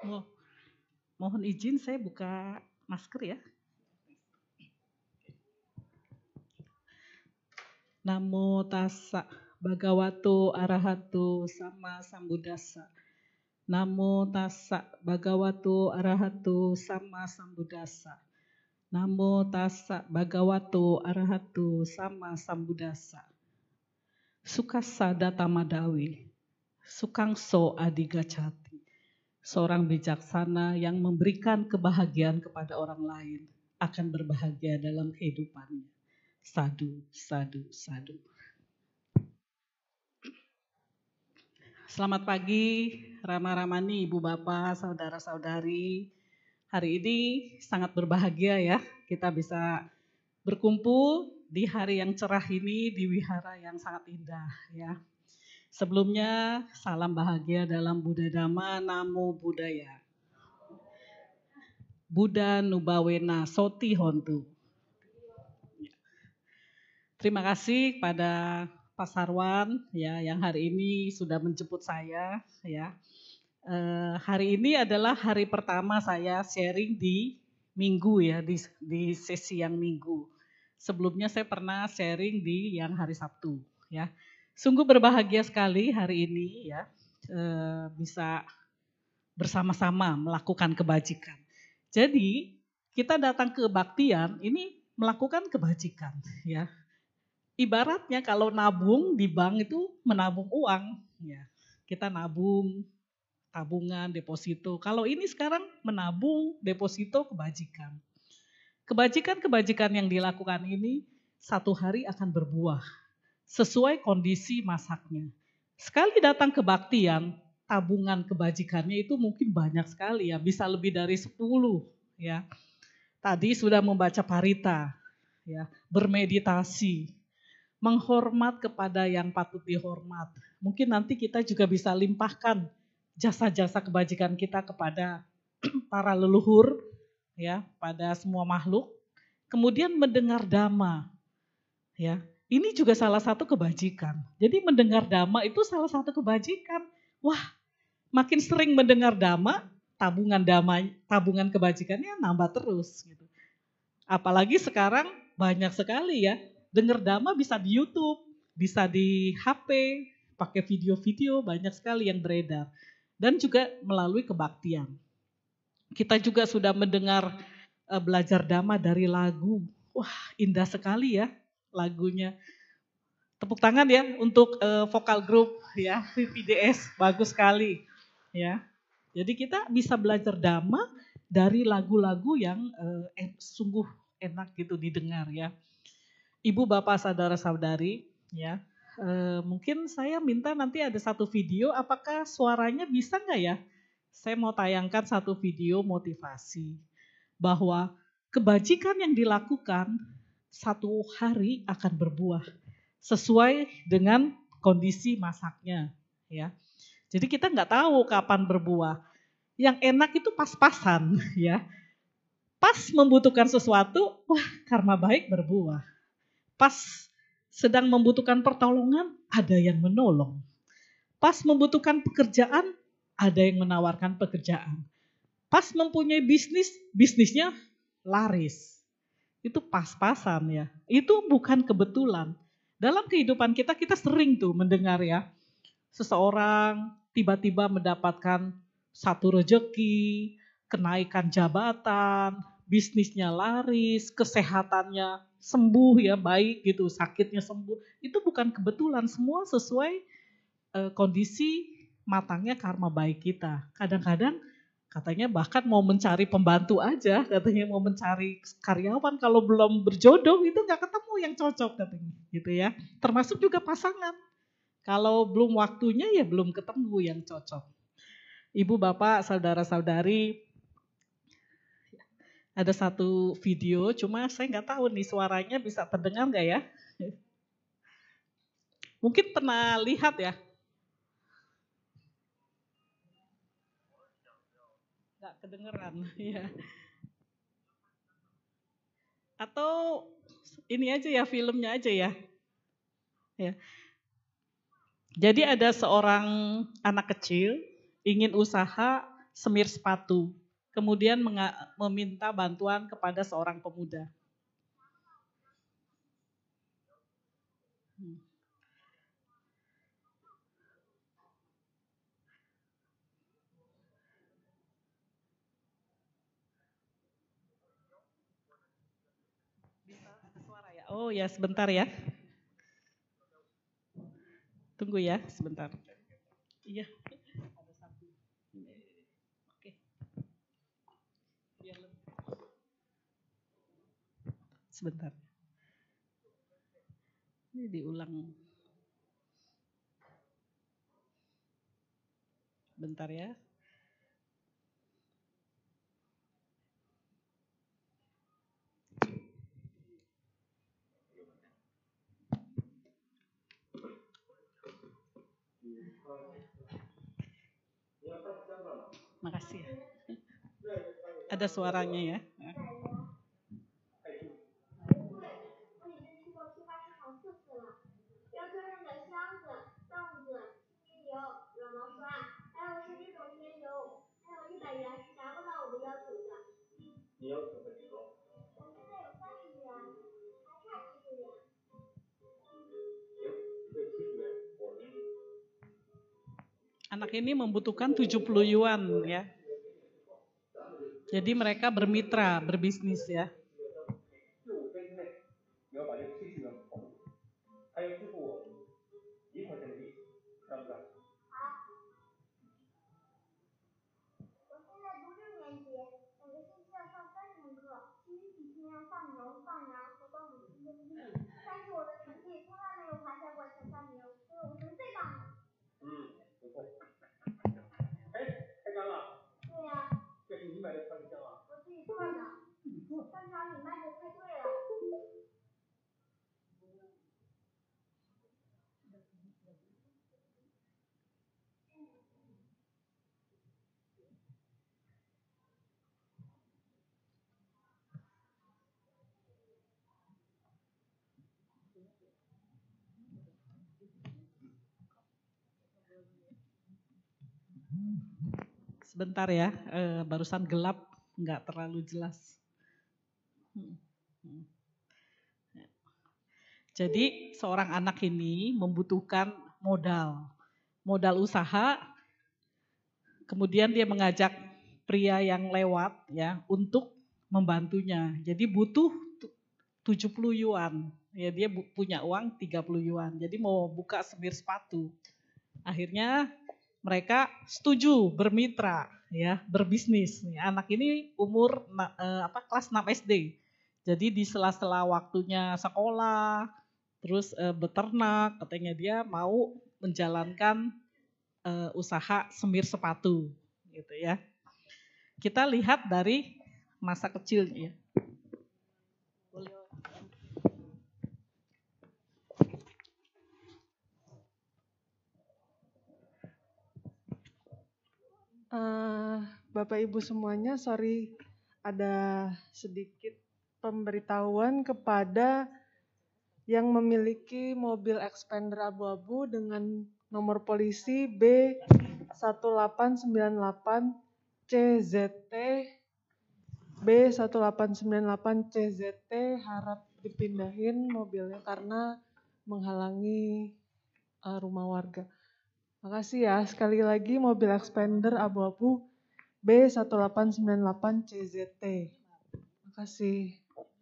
Oh, mohon izin saya buka masker ya. Namo tassa bhagavato arahato sama sambuddhassa. Namo tassa bhagavato arahato sama sambuddhassa. Namo tassa bhagavato arahato sama sambuddhassa. Sukassa datamadawi, sukangso adigacati. Seorang bijaksana yang memberikan kebahagiaan kepada orang lain akan berbahagia dalam kehidupannya. Sadu, sadu, sadu. Selamat pagi, Rama-Ramani, Ibu Bapak, Saudara-saudari. Hari ini sangat berbahagia ya, kita bisa berkumpul di hari yang cerah ini di wihara yang sangat indah ya. Sebelumnya, salam bahagia dalam Buddha Dhamma, Namo Buddhaya. Buddha Nubawena Soti Hontu. Terima kasih pada Pak Sarwan ya yang hari ini sudah menjemput saya ya. Hari ini adalah hari pertama saya sharing di Minggu ya di sesi yang Minggu. Sebelumnya saya pernah sharing di yang hari Sabtu ya. Sungguh berbahagia sekali hari ini ya bisa bersama-sama melakukan kebajikan. Jadi kita datang ke baktian ini melakukan kebajikan ya. Ibaratnya kalau nabung di bank itu menabung uang ya. Kita nabung, tabungan, deposito. Kalau ini sekarang menabung, deposito, kebajikan. Kebajikan-kebajikan yang dilakukan ini satu hari akan berbuah sesuai kondisi masaknya. Sekali datang ke baktian, tabungan kebajikannya itu mungkin banyak sekali ya, bisa lebih dari 10 ya. Tadi sudah membaca parita ya, bermeditasi, menghormat kepada yang patut dihormat. Mungkin nanti kita juga bisa limpahkan jasa-jasa kebajikan kita kepada para leluhur ya, pada semua makhluk. Kemudian mendengar dhamma ya. Ini juga salah satu kebajikan. Jadi mendengar dhamma itu salah satu kebajikan. Wah, makin sering mendengar dhamma, tabungan kebajikannya nambah terus gitu. Apalagi sekarang banyak sekali ya, dengar dhamma bisa di YouTube, bisa di HP, pakai video-video banyak sekali yang beredar. Dan juga melalui kebaktian. Kita juga sudah mendengar belajar dhamma dari lagu. Wah, indah sekali ya lagunya. Tepuk tangan ya untuk vokal grup ya, VPDS, bagus sekali ya. Jadi kita bisa belajar dhamma dari lagu-lagu yang sungguh enak gitu didengar ya. Ibu, bapak, saudara-saudari ya, mungkin saya minta nanti ada satu video, apakah suaranya bisa nggak ya? Saya mau tayangkan satu video motivasi bahwa kebajikan yang dilakukan satu hari akan berbuah sesuai dengan kondisi masaknya ya. Jadi kita nggak tahu kapan berbuah. Yang enak itu pas-pasan ya. Pas membutuhkan sesuatu, wah karma baik berbuah. Pas sedang membutuhkan pertolongan, ada yang menolong. Pas membutuhkan pekerjaan, ada yang menawarkan pekerjaan. Pas mempunyai bisnis, bisnisnya laris. Itu pas-pasan ya. Itu bukan kebetulan. Dalam kehidupan kita, kita sering tuh mendengar ya. Seseorang tiba-tiba mendapatkan satu rejeki, kenaikan jabatan, bisnisnya laris, kesehatannya sembuh ya, baik gitu, sakitnya sembuh. Itu bukan kebetulan, semua sesuai kondisi matangnya karma baik kita. Kadang-kadang katanya bahkan mau mencari pembantu aja, katanya mau mencari karyawan, kalau belum berjodoh itu nggak ketemu yang cocok katanya, gitu ya. Termasuk juga pasangan. Kalau belum waktunya ya belum ketemu yang cocok. Ibu, bapak, saudara-saudari, ada satu video, cuma saya nggak tahu nih suaranya bisa terdengar nggak ya? Mungkin pernah lihat ya? Nggak kedengeran, ya. Atau ini aja ya, filmnya aja ya. Ya. Jadi ada seorang anak kecil ingin usaha semir sepatu. Kemudian meminta bantuan kepada seorang pemuda. Bisa ada suara ya? Oh ya, sebentar ya. Tunggu ya, sebentar. Iya. Ada satu. Oke. Biar lebih. Sebentar. Ini diulang. Bentar ya. Makasih ya. Ada suaranya ya. Anak ini membutuhkan 70 yuan ya. Jadi mereka bermitra, berbisnis ya. Sebentar ya, barusan gelap, nggak terlalu jelas. Jadi seorang anak ini membutuhkan modal usaha, kemudian dia mengajak pria yang lewat ya untuk membantunya. Jadi butuh 70 yuan. Ya dia punya uang 30 yuan. Jadi mau buka semir sepatu. Akhirnya mereka setuju bermitra ya, berbisnis. Anak ini umur kelas 6 SD. Jadi di sela-sela waktunya sekolah, terus beternak, katanya dia mau menjalankan usaha semir sepatu gitu ya. Kita lihat dari masa kecilnya ya. Bapak Ibu semuanya, sorry ada sedikit pemberitahuan kepada yang memiliki mobil expander abu-abu dengan nomor polisi B1898CZT B1898CZT harap dipindahin mobilnya karena menghalangi rumah warga. Makasih ya, sekali lagi mobil expander abu-abu B1898CZT. Makasih.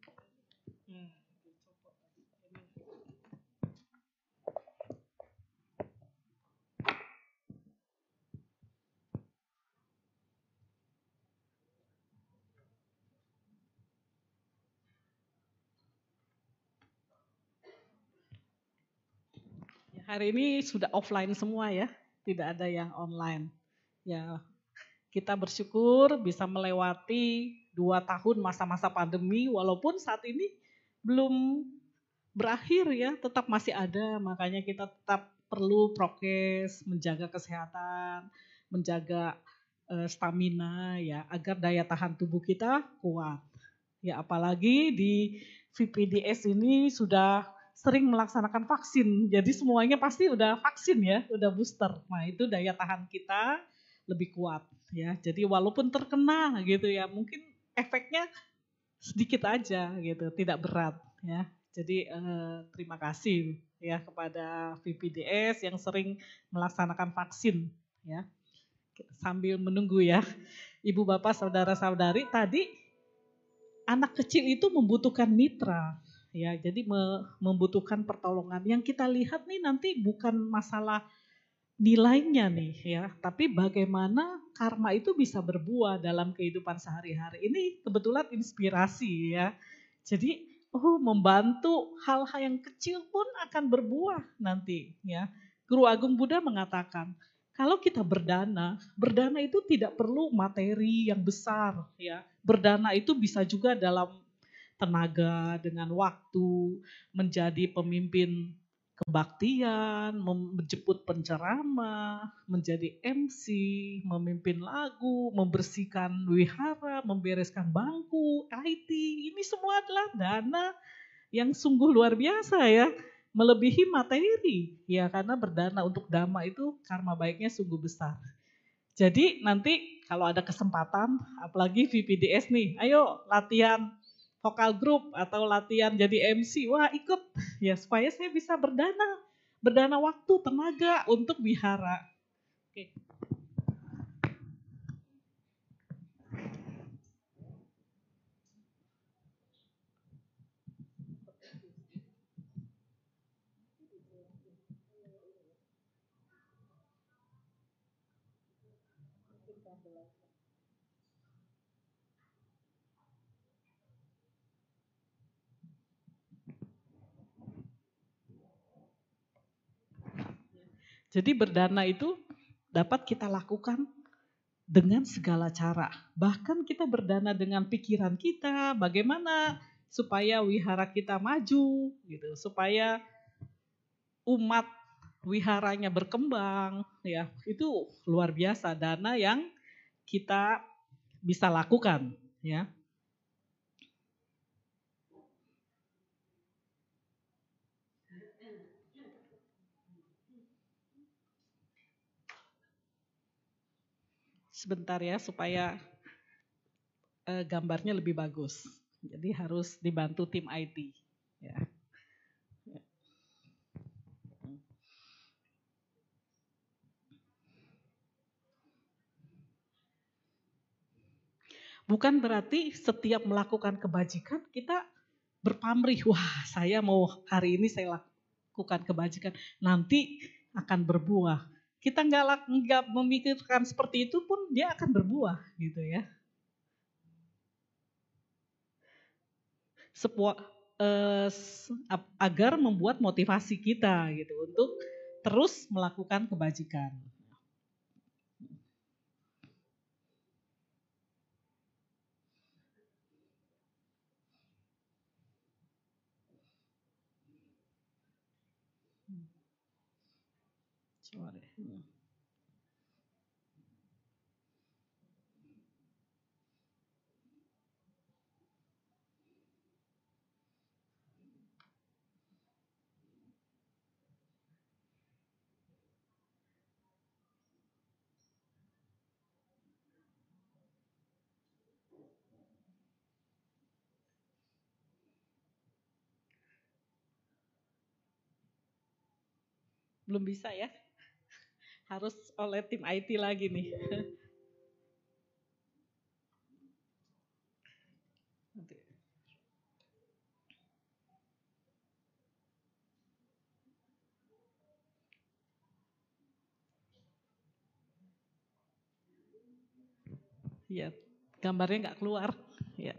Hari ini sudah offline semua ya, tidak ada yang online. Ya, kita bersyukur bisa melewati 2 tahun masa-masa pandemi, walaupun saat ini belum berakhir ya, tetap masih ada. Makanya kita tetap perlu prokes, menjaga kesehatan, menjaga stamina ya, agar daya tahan tubuh kita kuat. Ya, apalagi di VPDS ini sudah sering melaksanakan vaksin. Jadi semuanya pasti udah vaksin ya, udah booster. Nah itu daya tahan kita lebih kuat ya. Jadi walaupun terkena gitu ya, mungkin efeknya sedikit aja gitu, tidak berat ya. Jadi terima kasih ya kepada VPDS yang sering melaksanakan vaksin ya. Sambil menunggu ya, Ibu Bapak Saudara-saudari, tadi anak kecil itu membutuhkan mitra ya. Jadi membutuhkan pertolongan. Yang kita lihat nih nanti bukan masalah nilainya nih ya, tapi bagaimana karma itu bisa berbuah dalam kehidupan sehari-hari. Ini kebetulan inspirasi ya. Jadi membantu hal-hal yang kecil pun akan berbuah nanti ya. Guru Agung Buddha mengatakan, kalau kita berdana itu tidak perlu materi yang besar ya. Berdana itu bisa juga dalam tenaga, dengan waktu, menjadi pemimpin kebaktian, menjemput penceramah, menjadi MC, memimpin lagu, membersihkan wihara, membereskan bangku, IT, ini semua adalah dana yang sungguh luar biasa ya, melebihi materi ya, karena berdana untuk dhamma itu karma baiknya sungguh besar. Jadi nanti kalau ada kesempatan, apalagi VPDS nih, ayo latihan vokal group atau latihan jadi MC, wah ikut ya supaya saya bisa berdana waktu, tenaga untuk wihara. Oke. Jadi berdana itu dapat kita lakukan dengan segala cara. Bahkan kita berdana dengan pikiran kita, bagaimana supaya wihara kita maju, gitu, supaya umat wiharanya berkembang, ya itu luar biasa dana yang kita bisa lakukan, ya. Sebentar ya supaya gambarnya lebih bagus. Jadi harus dibantu tim IT. Ya. Bukan berarti setiap melakukan kebajikan kita berpamrih, wah saya mau hari ini saya lakukan kebajikan, nanti akan berbuah. Kita nggak memikirkan seperti itu pun dia akan berbuah gitu ya. Agar membuat motivasi kita gitu untuk terus melakukan kebajikan. Coba deh. Belum bisa ya? Harus oleh tim IT lagi nih. Ya, gambarnya nggak keluar. Ya.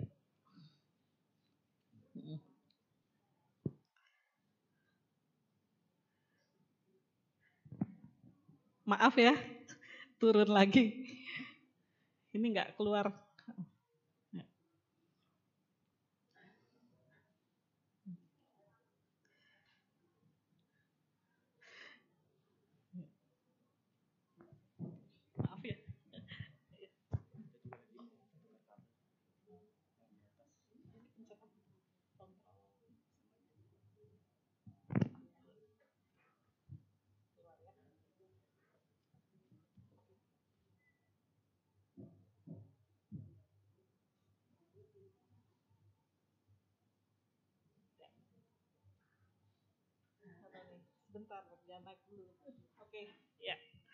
Maaf ya, turun lagi. Ini nggak keluar. Maaf ya. Sebentar, jangan naik dulu. Oke, ya.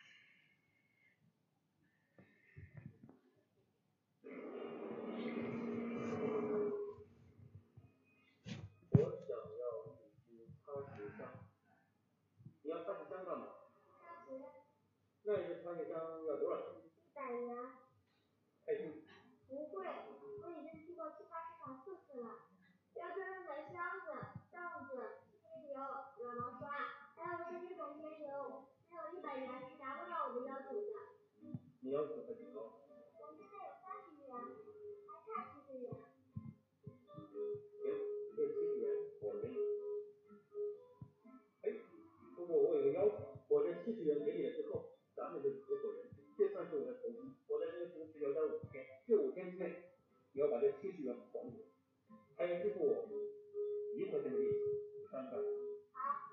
你要擦洗香干嘛？那一个擦洗香要多少钱 100元。 泰铢？ 不贵，我已经去过批发市场4次了。要专用的箱子、凳子、清流、软毛刷，还有11种精油，只有100元是达不到我的要求的。 你要求还挺高。 我现在有30元，还差70元。 行，这70元我给你。哎，不过我有个要求，我这70元给你了之后，咱们就是合伙人，这算是我的投资。我在这个公司要待5天，这5天之内，你要把这70元还给我，还要支付我1块钱的利息，算不算？ 好。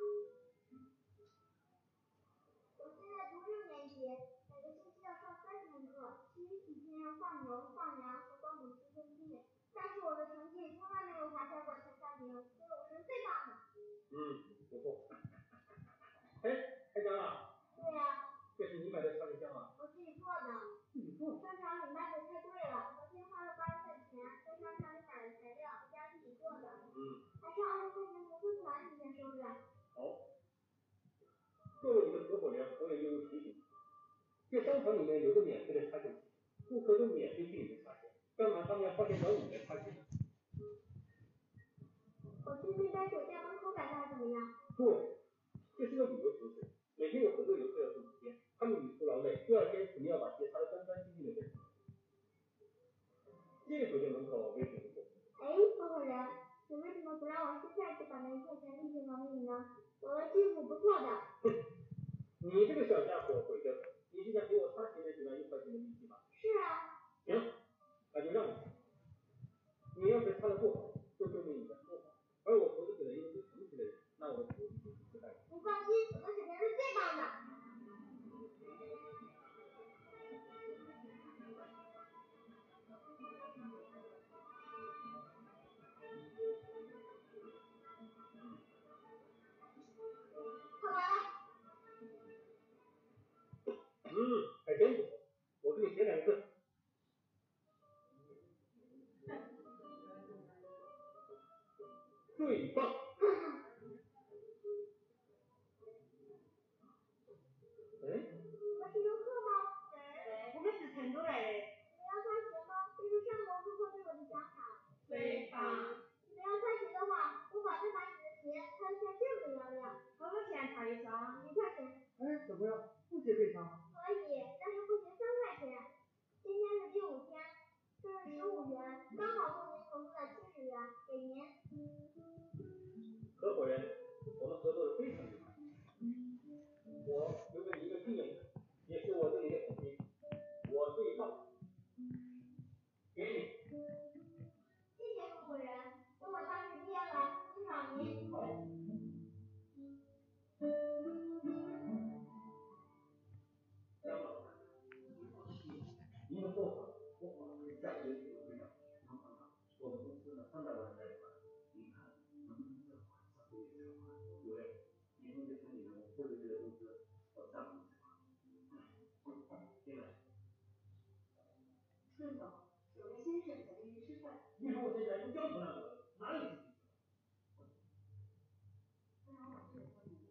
我现在读6年级，每个星期要上3节课，其余几天要放牛、放羊和帮母亲种地。但是我的成绩从来没有华夏过前3名，所以我是最棒的。 不错。哎，开张了？ 对呀。 这是你买的擦洗香啊？ 我自己做的。 自己做？ 商场里卖的太贵了，我先花了80块钱在商场里买了材料，家自己做的。还剩20块钱投资款，你先收着。 好。作为你的合伙人，我有义务提醒你，这商场里面有个免费的擦洗器，顾客都免费替你们擦洗，干嘛他们要花钱找你来擦洗？ 我去那边酒店门口摆摊怎么样？ 对，这是个旅游城市，每天有很多游客要住几天，他们旅途劳累，第2天肯定要把鞋擦得干干净净的再走。这个酒店门口位置不错。 哎，合伙人，你为什么不让我现在就把那1块钱利息还给你呢？我的技术不错的。 你这个小家伙鬼得很，你是想给我擦鞋的只拿1块钱的利息吗？ 是啊。 行，那就让你擦。你要是擦得不好，就证明你在说谎，而我投资给了一个不诚实的人，那我的投资就失败了。 你放心，我的水平是最棒的。看完了。 还真不错，我给你写2个字。最棒。哎， 你们是游客吗？ 对，我们是成都来的。 你们要擦鞋吗？这是上楼顾客对我的奖赏。 最棒。 你们要擦鞋的话，我保证把你的鞋擦得像镜子一样亮。 多少钱擦一双 ？1块钱。 哎，怎么样？不鞋可以擦？ 可以，但是不行3块钱。今天是第5天，这是15元，刚好够您投资的70元，给您。 合伙人，我们合作的非常愉快。我留给你一个纪念，也是我对你的肯定。我最棒。给你。 谢谢合伙人，等我大学毕业了，去找您。 好。香老板，您的做法我马上下决心回到能看看我们公司的300万的贷款，您看能不能在晚上给你偿还？有嘞，以后就请你们这个月的工资我3分之2。进来。 孙总，有位先生想跟您吃饭。 你说我现在都交出来了，哪里去？ 不然我这里问您。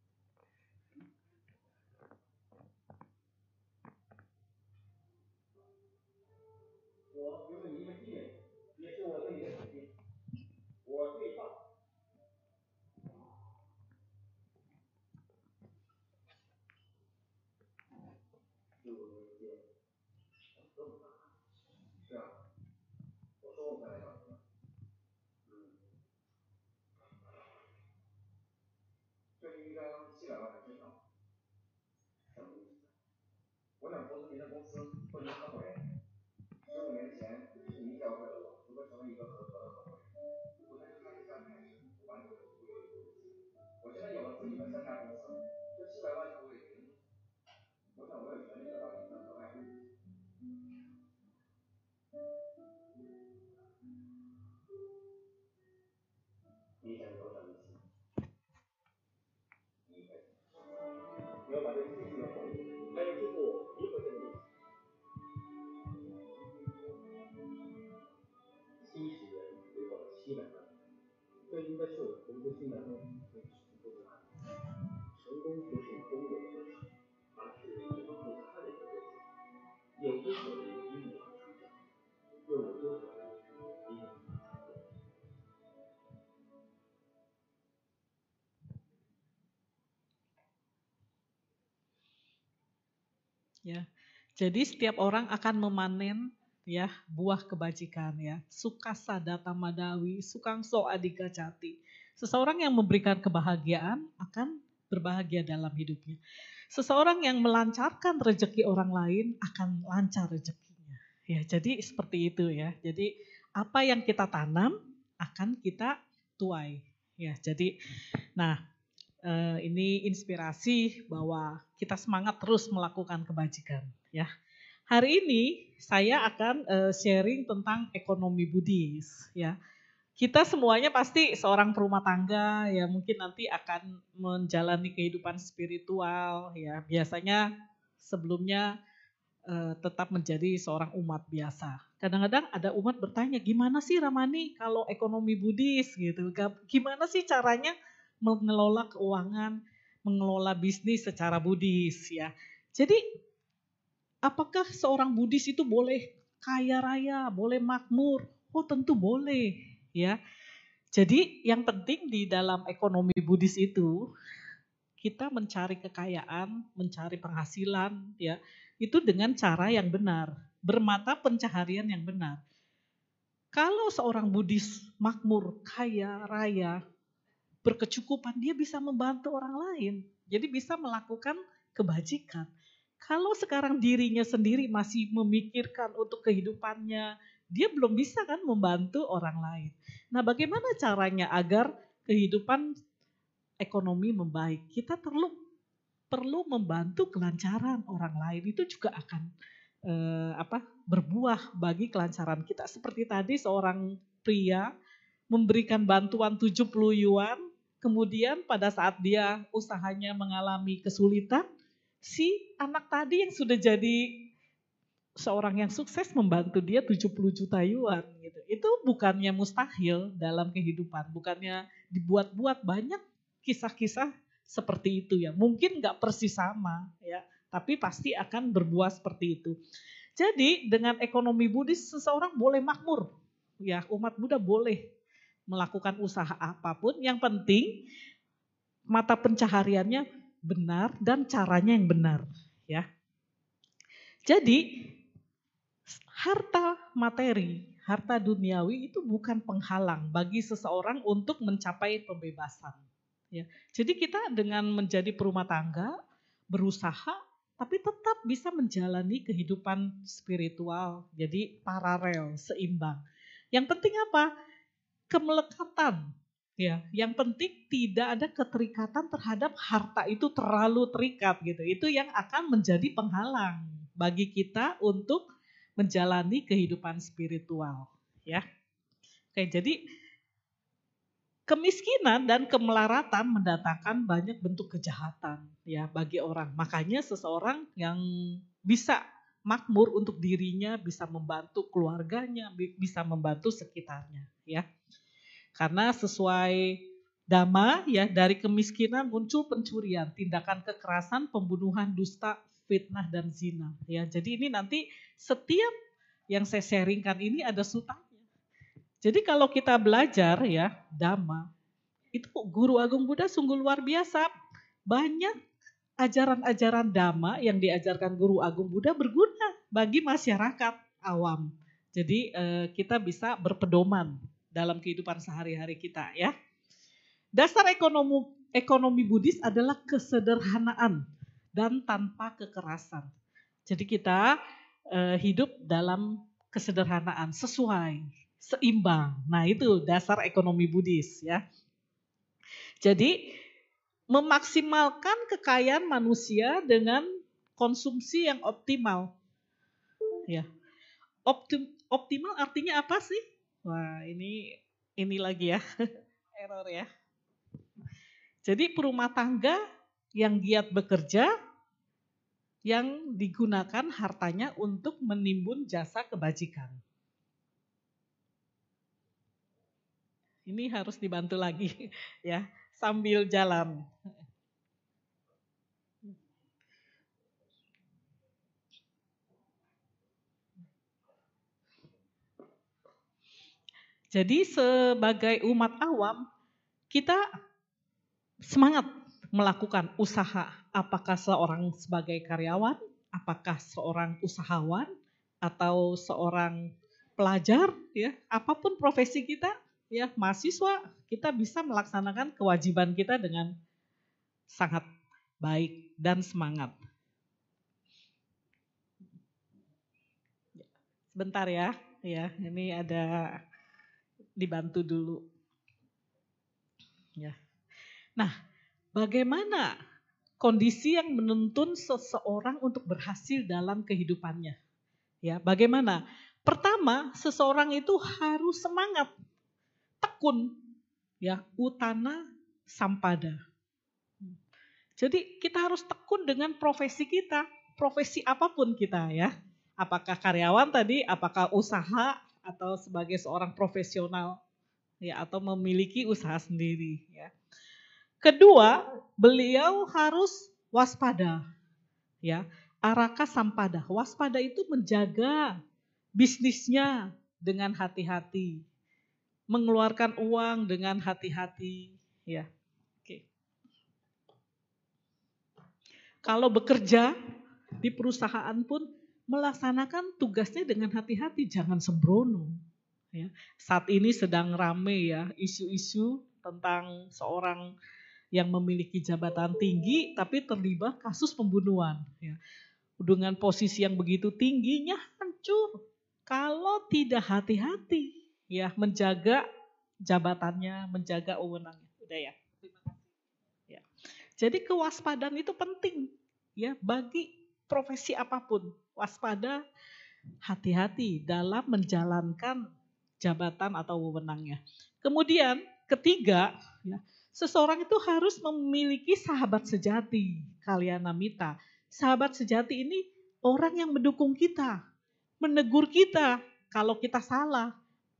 我留给你一个纪念，也是我对你的肯定。我最棒。6年间，这么大。是啊，我说过再来找你。 进来后会成功的案例。成功不是中国的特色，而是整个他人的特色。有多少人因我而成长，又有多少人因我而成功？ Ya, jadi setiap orang akan memanen ya buah kebajikan ya. Sukasa data madawi, sukangso adika jati. Seseorang yang memberikan kebahagiaan akan berbahagia dalam hidupnya. Seseorang yang melancarkan rezeki orang lain akan lancar rezekinya. Ya, jadi seperti itu ya. Jadi apa yang kita tanam akan kita tuai. Ya, jadi nah ini inspirasi bahwa kita semangat terus melakukan kebajikan ya. Hari ini saya akan sharing tentang ekonomi Buddhis ya. Kita semuanya pasti seorang perumah tangga ya, mungkin nanti akan menjalani kehidupan spiritual ya. Biasanya sebelumnya tetap menjadi seorang umat biasa. Kadang-kadang ada umat bertanya, gimana sih Ramani kalau ekonomi Buddhis gitu? Gimana sih caranya mengelola keuangan, mengelola bisnis secara Buddhis ya. Jadi apakah seorang Buddhis itu boleh kaya raya, boleh makmur? Oh tentu boleh ya. Jadi yang penting di dalam ekonomi Buddhis itu kita mencari kekayaan, mencari penghasilan ya. Itu dengan cara yang benar, bermata pencaharian yang benar. Kalau seorang Buddhis makmur, kaya raya, berkecukupan, dia bisa membantu orang lain. Jadi bisa melakukan kebajikan. Kalau sekarang dirinya sendiri masih memikirkan untuk kehidupannya, dia belum bisa kan membantu orang lain. Nah, bagaimana caranya agar kehidupan ekonomi membaik? Kita perlu membantu kelancaran orang lain. Itu juga akan berbuah bagi kelancaran kita. Seperti tadi seorang pria memberikan bantuan 70 yuan. Kemudian pada saat dia usahanya mengalami kesulitan, si anak tadi yang sudah jadi seorang yang sukses membantu dia 70 juta yuan gitu. Itu bukannya mustahil dalam kehidupan, bukannya dibuat-buat, banyak kisah-kisah seperti itu ya. Mungkin nggak persis sama ya, tapi pasti akan berbuah seperti itu. Jadi dengan ekonomi Buddhis seseorang boleh makmur. Ya, umat Buddha boleh melakukan usaha apapun, yang penting mata pencahariannya benar dan caranya yang benar ya. Jadi harta materi, harta duniawi itu bukan penghalang bagi seseorang untuk mencapai pembebasan ya. Jadi kita dengan menjadi perumah tangga, berusaha tapi tetap bisa menjalani kehidupan spiritual, jadi paralel, seimbang. Yang penting apa? Kemelekatan ya. Yang penting tidak ada keterikatan terhadap harta itu terlalu terikat gitu. Itu yang akan menjadi penghalang bagi kita untuk menjalani kehidupan spiritual ya. Oke, jadi kemiskinan dan kemelaratan mendatangkan banyak bentuk kejahatan ya bagi orang. Makanya seseorang yang bisa makmur untuk dirinya, bisa membantu keluarganya, bisa membantu sekitarnya ya. Karena sesuai Dhamma ya, dari kemiskinan muncul pencurian, tindakan kekerasan, pembunuhan, dusta, fitnah dan zina ya. Jadi ini nanti setiap yang saya sharingkan ini ada sutanya. Jadi kalau kita belajar ya Dhamma, itu Guru Agung Buddha sungguh luar biasa. Banyak ajaran-ajaran Dhamma yang diajarkan Guru Agung Buddha berguna bagi masyarakat awam. Jadi kita bisa berpedoman dalam kehidupan sehari-hari kita ya. Dasar ekonomi Buddhis adalah kesederhanaan dan tanpa kekerasan. Jadi kita hidup dalam kesederhanaan, sesuai, seimbang. Nah itu dasar ekonomi Buddhis ya. Jadi memaksimalkan kekayaan manusia dengan konsumsi yang optimal. Ya. Optimal artinya apa sih? Wah ini lagi ya, error ya. Jadi perumah tangga yang giat bekerja, yang digunakan hartanya untuk menimbun jasa kebajikan. Ini harus dibantu lagi ya, sambil jalan. Jadi sebagai umat awam, kita semangat melakukan usaha. Apakah seorang sebagai karyawan, apakah seorang usahawan, atau seorang pelajar, ya, apapun profesi kita, ya, mahasiswa, kita bisa melaksanakan kewajiban kita dengan sangat baik dan semangat. Sebentar ya, ini ada dibantu dulu. Ya. Nah, bagaimana kondisi yang menuntun seseorang untuk berhasil dalam kehidupannya? Ya, bagaimana? Pertama, seseorang itu harus semangat, tekun, ya, utana sampada. Jadi kita harus tekun dengan profesi kita, profesi apapun kita ya. Apakah karyawan tadi, apakah usaha atau sebagai seorang profesional ya, atau memiliki usaha sendiri ya. Kedua, beliau harus waspada ya. Araka sampada. Waspada itu menjaga bisnisnya dengan hati-hati. Mengeluarkan uang dengan hati-hati ya. Oke. Kalau bekerja di perusahaan pun melaksanakan tugasnya dengan hati-hati, jangan sembrono. Ya. Saat ini sedang rame ya isu-isu tentang seorang yang memiliki jabatan tinggi tapi terlibat kasus pembunuhan. Ya. Dengan posisi yang begitu tingginya hancur kalau tidak hati-hati ya menjaga jabatannya, menjaga wewenangnya. Udah ya. Terima kasih. Ya. Jadi kewaspadaan itu penting ya bagi profesi apapun. Waspada, hati-hati dalam menjalankan jabatan atau wewenangnya. Kemudian ketiga, ya, seseorang itu harus memiliki sahabat sejati, kalyana mita. Sahabat sejati ini orang yang mendukung kita, menegur kita kalau kita salah,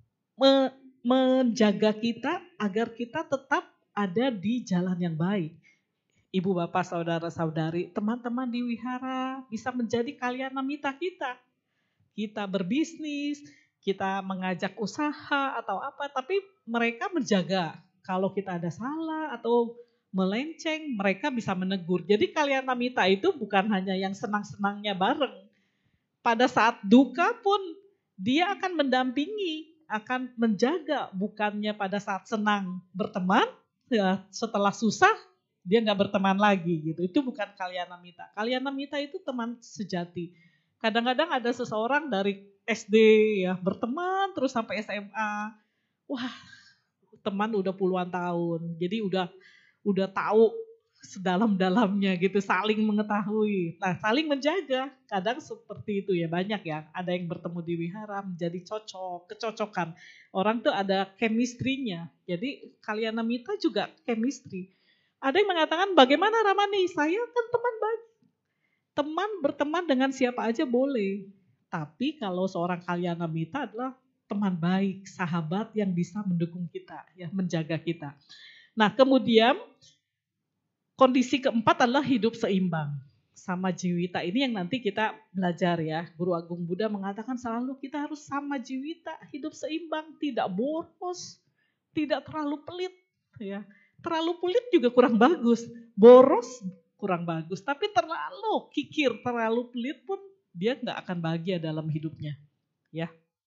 menjaga kita agar kita tetap ada di jalan yang baik. Ibu bapak saudara saudari, teman-teman di wihara bisa menjadi kalyana mita kita. Kita berbisnis, kita mengajak usaha atau apa, tapi mereka menjaga. Kalau kita ada salah atau melenceng, mereka bisa menegur. Jadi kalyana mita itu bukan hanya yang senang-senangnya bareng. Pada saat duka pun dia akan mendampingi, akan menjaga, bukannya pada saat senang berteman, ya setelah susah dia nggak berteman lagi gitu. Itu bukan kalyana mita. Kalyana mita itu teman sejati. Kadang-kadang ada seseorang dari SD ya berteman terus sampai SMA. Wah, teman udah puluhan tahun. Jadi udah tahu sedalam-dalamnya gitu, saling mengetahui. Nah, saling menjaga. Kadang seperti itu ya, banyak ya. Ada yang bertemu di wihara menjadi kecocokan. Orang tuh ada chemistry-nya. Jadi kalyana mita juga chemistry. Ada yang mengatakan, bagaimana Ramani? Saya kan teman baik. Teman berteman dengan siapa aja boleh. Tapi kalau seorang kalyana mita adalah teman baik, sahabat yang bisa mendukung kita, ya, menjaga kita. Nah, kemudian kondisi keempat adalah hidup seimbang. Sama jiwita ini yang nanti kita belajar ya. Guru Agung Buddha mengatakan selalu kita harus sama jiwita, hidup seimbang, tidak boros, tidak terlalu pelit, ya. Terlalu pelit juga kurang bagus, boros kurang bagus, tapi terlalu kikir, terlalu pelit pun dia nggak akan bahagia dalam hidupnya, ya.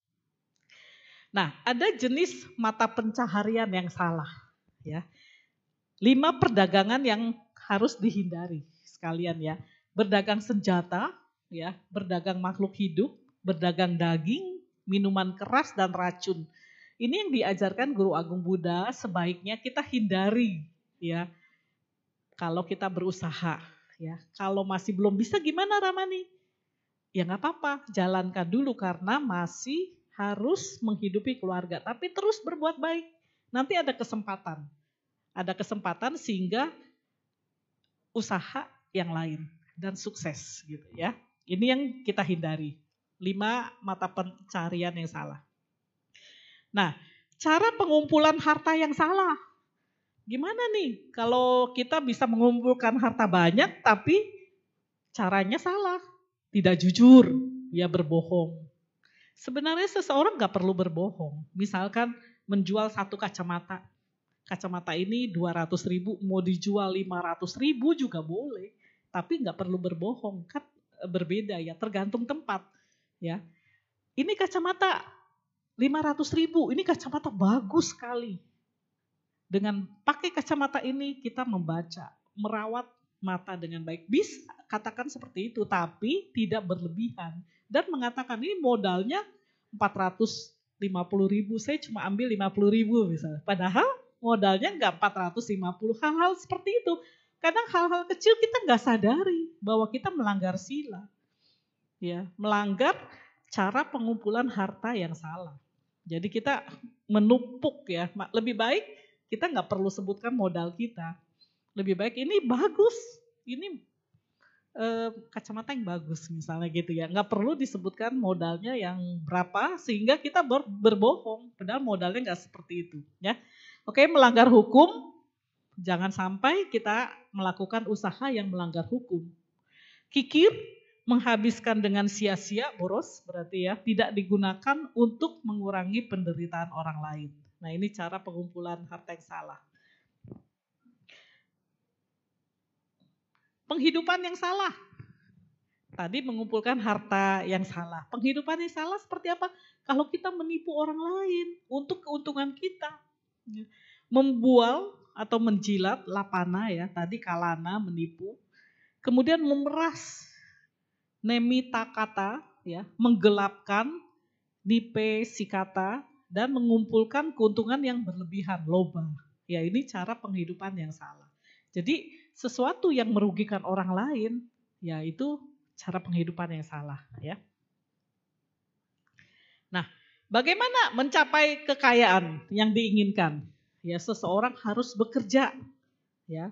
Nah, ada jenis mata pencaharian yang salah, ya. 5 perdagangan yang harus dihindari sekalian ya. Berdagang senjata, ya, berdagang makhluk hidup, berdagang daging, minuman keras dan racun. Ini yang diajarkan Guru Agung Buddha sebaiknya kita hindari ya. Kalau kita berusaha ya. Kalau masih belum bisa gimana Ramani? Ya nggak apa-apa, jalankan dulu karena masih harus menghidupi keluarga. Tapi terus berbuat baik. Nanti ada kesempatan. Ada kesempatan sehingga usaha yang lain dan sukses gitu ya. Ini yang kita hindari. 5 mata pencarian yang salah. Nah, cara pengumpulan harta yang salah. Gimana nih kalau kita bisa mengumpulkan harta banyak tapi caranya salah, tidak jujur, ya berbohong. Sebenarnya seseorang gak perlu berbohong. Misalkan menjual satu kacamata. Kacamata ini 200.000, mau dijual 500.000 juga boleh. Tapi gak perlu berbohong, kan berbeda ya, tergantung tempat. Ya, ini kacamata 500.000, ini kacamata bagus sekali. Dengan pakai kacamata ini kita membaca, merawat mata dengan baik. Bisa katakan seperti itu, tapi tidak berlebihan. Dan mengatakan ini modalnya 450.000, saya cuma ambil 50.000 misalnya. Padahal modalnya enggak 450, hal-hal seperti itu. Kadang hal-hal kecil kita enggak sadari bahwa kita melanggar sila. Ya, melanggar cara pengumpulan harta yang salah. Jadi kita menumpuk ya, lebih baik kita nggak perlu sebutkan modal kita. Lebih baik ini bagus, ini kacamata yang bagus misalnya gitu ya. Nggak perlu disebutkan modalnya yang berapa sehingga kita berbohong. Padahal modalnya nggak seperti itu ya. Oke, melanggar hukum, jangan sampai kita melakukan usaha yang melanggar hukum. Kikir, menghabiskan dengan sia-sia, boros berarti ya, tidak digunakan untuk mengurangi penderitaan orang lain. Nah ini cara pengumpulan harta yang salah. Penghidupan yang salah. Tadi mengumpulkan harta yang salah. Penghidupan yang salah seperti apa? Kalau kita menipu orang lain untuk keuntungan kita. Membual atau menjilat, lapana ya, tadi kalana menipu. Kemudian memeras, nemitakata ya, menggelapkan, nipe sikata, dan mengumpulkan keuntungan yang berlebihan, loba. Ya ini cara penghidupan yang salah. Jadi sesuatu yang merugikan orang lain, ya itu cara penghidupan yang salah. Ya. Nah, bagaimana mencapai kekayaan yang diinginkan? Ya seseorang harus bekerja. Ya.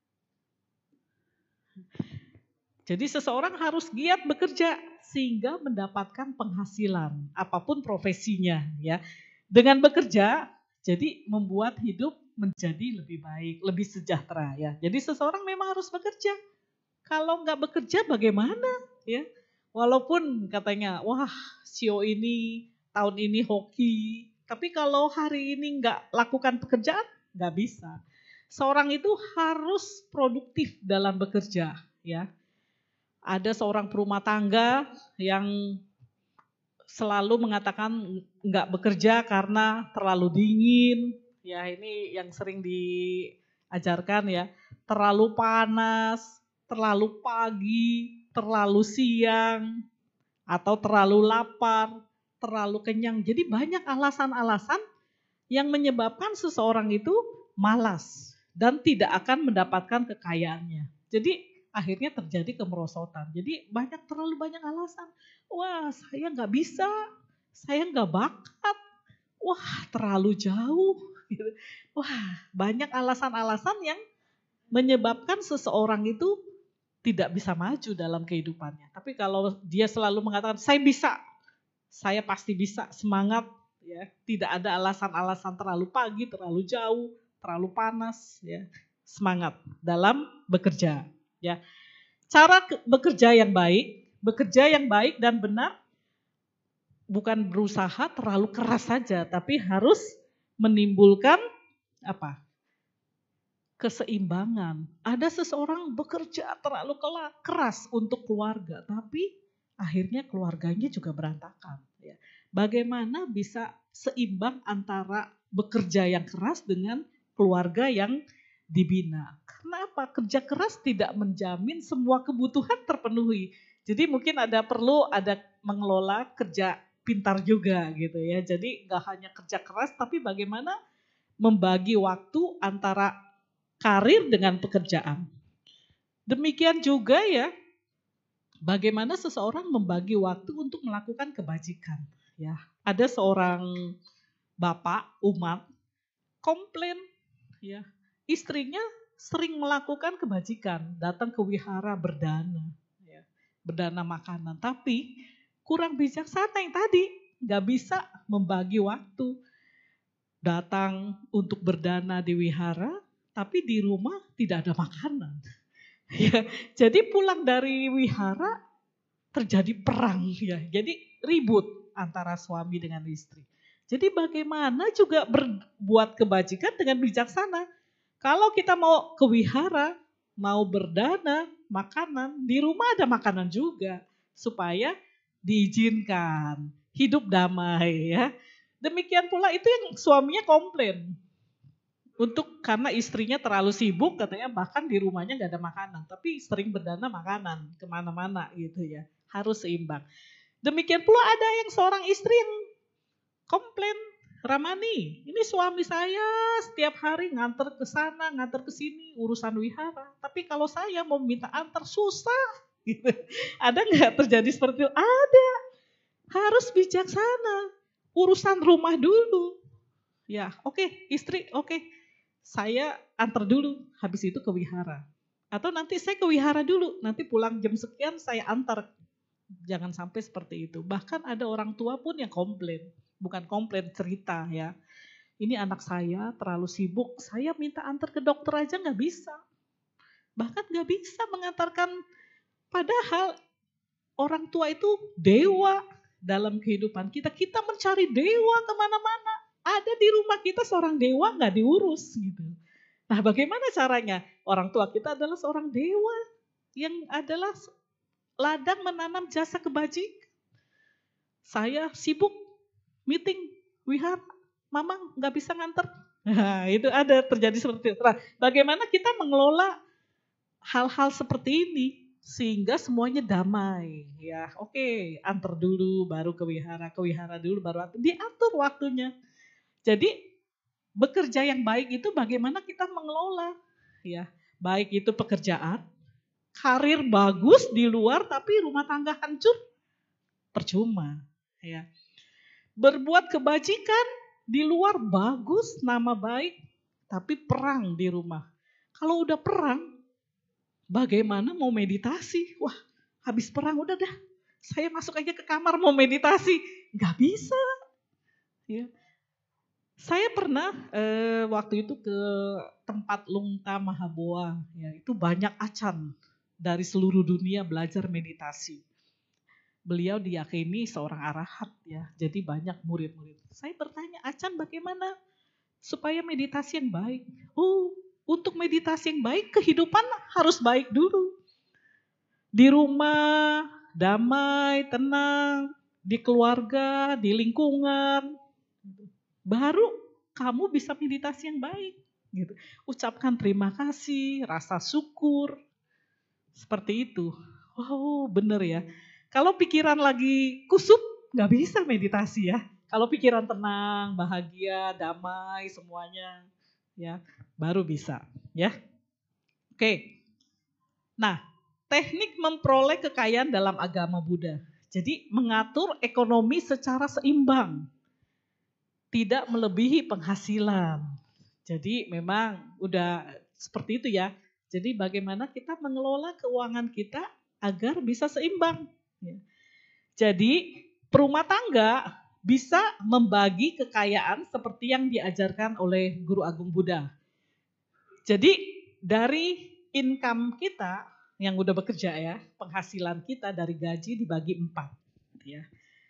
Jadi seseorang harus giat bekerja sehingga mendapatkan penghasilan apapun profesinya ya. Dengan bekerja jadi membuat hidup menjadi lebih baik, lebih sejahtera ya. Jadi seseorang memang harus bekerja. Kalau nggak bekerja bagaimana ya? Walaupun katanya wah CEO ini tahun ini hoki, tapi kalau hari ini nggak lakukan pekerjaan nggak bisa. Seorang itu harus produktif dalam bekerja ya. Ada seorang perumah tangga yang selalu mengatakan nggak bekerja karena terlalu dingin. Ya ini yang sering diajarkan ya. Terlalu panas, terlalu pagi, terlalu siang, atau terlalu lapar, terlalu kenyang. Jadi banyak alasan-alasan yang menyebabkan seseorang itu malas dan tidak akan mendapatkan kekayaannya. Jadi akhirnya terjadi kemerosotan. Jadi terlalu banyak alasan. Wah saya nggak bisa, saya nggak bakat, wah terlalu jauh. Wah banyak alasan-alasan yang menyebabkan seseorang itu tidak bisa maju dalam kehidupannya. Tapi kalau dia selalu mengatakan saya bisa, saya pasti bisa, semangat, ya tidak ada alasan-alasan terlalu pagi, terlalu jauh, terlalu panas, ya semangat dalam bekerja. Ya, cara bekerja yang baik dan benar, bukan berusaha terlalu keras saja, tapi harus menimbulkan apa? Keseimbangan. Ada seseorang bekerja terlalu keras untuk keluarga, tapi akhirnya keluarganya juga berantakan. Ya. Bagaimana bisa seimbang antara bekerja yang keras dengan keluarga yang dibina? Kenapa? Kerja keras tidak menjamin semua kebutuhan terpenuhi. Jadi mungkin perlu ada mengelola kerja pintar juga gitu ya. Jadi nggak hanya kerja keras, tapi bagaimana membagi waktu antara karir dengan pekerjaan. Demikian juga ya, bagaimana seseorang membagi waktu untuk melakukan kebajikan. Ya, ada seorang bapak umat komplain, ya istrinya sering melakukan kebajikan, datang ke wihara berdana, ya, berdana makanan, tapi kurang bijaksana yang tadi, nggak bisa membagi waktu. datang untuk berdana di wihara, tapi di rumah tidak ada makanan. Ya, jadi pulang dari wihara terjadi perang ya. Jadi ribut antara suami dengan istri. Jadi bagaimana juga berbuat kebajikan dengan bijaksana. Kalau kita mau ke wihara, mau berdana, makanan, di rumah ada makanan juga supaya diizinkan hidup damai ya. Demikian pula itu yang suaminya komplain. Karena istrinya terlalu sibuk katanya bahkan di rumahnya gak ada makanan. Tapi sering berdana makanan kemana-mana gitu ya. Harus seimbang. Demikian pula ada yang seorang istri yang komplain, Ramani, ini suami saya setiap hari nganter ke sana, nganter ke sini urusan wihara. Tapi kalau saya mau minta antar susah. Gitu. Ada nggak terjadi seperti itu? Ada. Harus bijaksana. Urusan rumah dulu. Ya, oke, istri, oke. Saya antar dulu, habis itu ke wihara. Atau nanti saya ke wihara dulu, nanti pulang jam sekian saya antar. Jangan sampai seperti itu. Bahkan ada orang tua pun yang komplain. Bukan komplain, cerita ya. Ini anak saya terlalu sibuk, saya minta antar ke dokter aja gak bisa. Bahkan gak bisa mengantarkan, padahal orang tua itu dewa dalam kehidupan kita. Kita mencari dewa kemana-mana. Ada di rumah kita seorang dewa gak diurus gitu. Nah bagaimana caranya? Orang tua kita adalah seorang dewa yang adalah ladang menanam jasa kebajikan. Saya sibuk meeting wihara, mama nggak bisa nganter. Nah, itu ada terjadi seperti itu. Nah, bagaimana kita mengelola hal-hal seperti ini sehingga semuanya damai ya. Oke, antar dulu baru ke wihara dulu baru diatur waktunya. Jadi bekerja yang baik itu bagaimana kita mengelola ya. Baik itu pekerjaan, karir bagus di luar tapi rumah tangga hancur, percuma ya. Berbuat kebajikan di luar bagus, nama baik, tapi perang di rumah. Kalau udah perang, bagaimana mau meditasi? Wah, habis perang udah dah, saya masuk aja ke kamar mau meditasi. Gak bisa. Ya. Saya pernah waktu itu ke tempat Lungta Mahaboa, ya, itu banyak acan dari seluruh dunia belajar meditasi. Beliau diyakini seorang arahat ya, jadi banyak murid-murid. Saya bertanya, acan bagaimana supaya meditasi yang baik? Oh, untuk meditasi yang baik kehidupan harus baik dulu. Di rumah damai, tenang, di keluarga, di lingkungan, baru kamu bisa meditasi yang baik. Gitu. Ucapkan terima kasih, rasa syukur, seperti itu. Wow, bener ya. Kalau pikiran lagi kusut, gak bisa meditasi ya. Kalau pikiran tenang, bahagia, damai semuanya, ya baru bisa. Ya, oke. Nah, teknik memperoleh kekayaan dalam agama Buddha. Jadi mengatur ekonomi secara seimbang, tidak melebihi penghasilan. Jadi memang udah seperti itu ya. Jadi bagaimana kita mengelola keuangan kita agar bisa seimbang. Jadi perumah tangga bisa membagi kekayaan seperti yang diajarkan oleh Guru Agung Buddha. Jadi dari income kita yang udah bekerja ya, penghasilan kita dari gaji dibagi 4. Ya.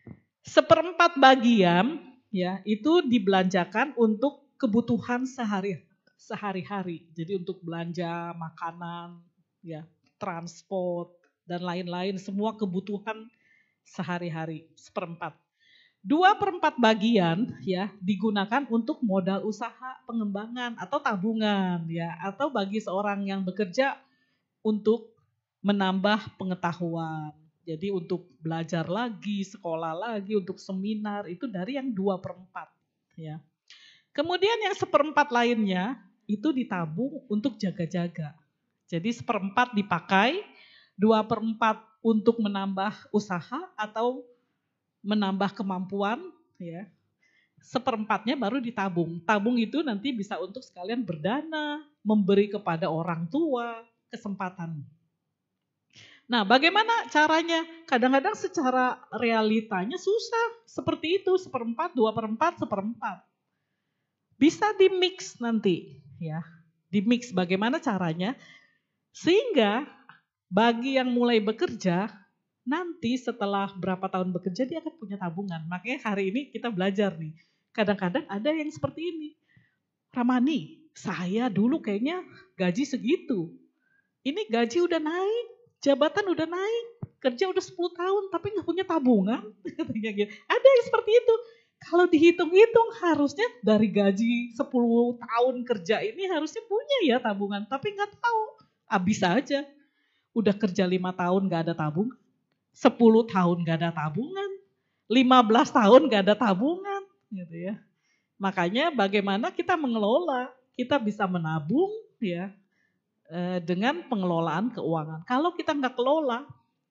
1/4 bagian ya itu dibelanjakan untuk kebutuhan sehari-hari. Jadi untuk belanja makanan, ya, transport dan lain-lain, semua kebutuhan sehari-hari 1/4. 2/4 bagian ya digunakan untuk modal usaha pengembangan atau tabungan ya, atau bagi seorang yang bekerja untuk menambah pengetahuan. Jadi untuk belajar lagi, sekolah lagi, untuk seminar itu dari yang 2/4 ya. Kemudian yang 1/4 lainnya itu ditabung untuk jaga-jaga. Jadi 1/4 dipakai, 2/4 untuk menambah usaha atau menambah kemampuan, ya. 1/4-nya baru ditabung. Tabung itu nanti bisa untuk sekalian berdana, memberi kepada orang tua, kesempatan. Nah, bagaimana caranya? Kadang-kadang secara realitanya susah. Seperti itu, 1/4, 2/4, 1/4. Bisa di-mix nanti ya. Di-mix bagaimana caranya sehingga bagi yang mulai bekerja nanti setelah berapa tahun bekerja dia akan punya tabungan. Makanya hari ini kita belajar nih. Kadang-kadang ada yang seperti ini. Ramani, saya dulu kayaknya gaji segitu. Ini gaji udah naik, jabatan udah naik, kerja udah 10 tahun tapi nggak punya tabungan. Ada yang seperti itu. Kalau dihitung-hitung harusnya dari gaji 10 tahun kerja ini harusnya punya ya tabungan. Tapi nggak tahu, habis aja. Udah kerja 5 tahun nggak ada tabungan, 10 tahun nggak ada tabungan, 15 tahun nggak ada tabungan. Gitu ya. Makanya bagaimana kita mengelola, kita bisa menabung ya dengan pengelolaan keuangan. Kalau kita nggak kelola,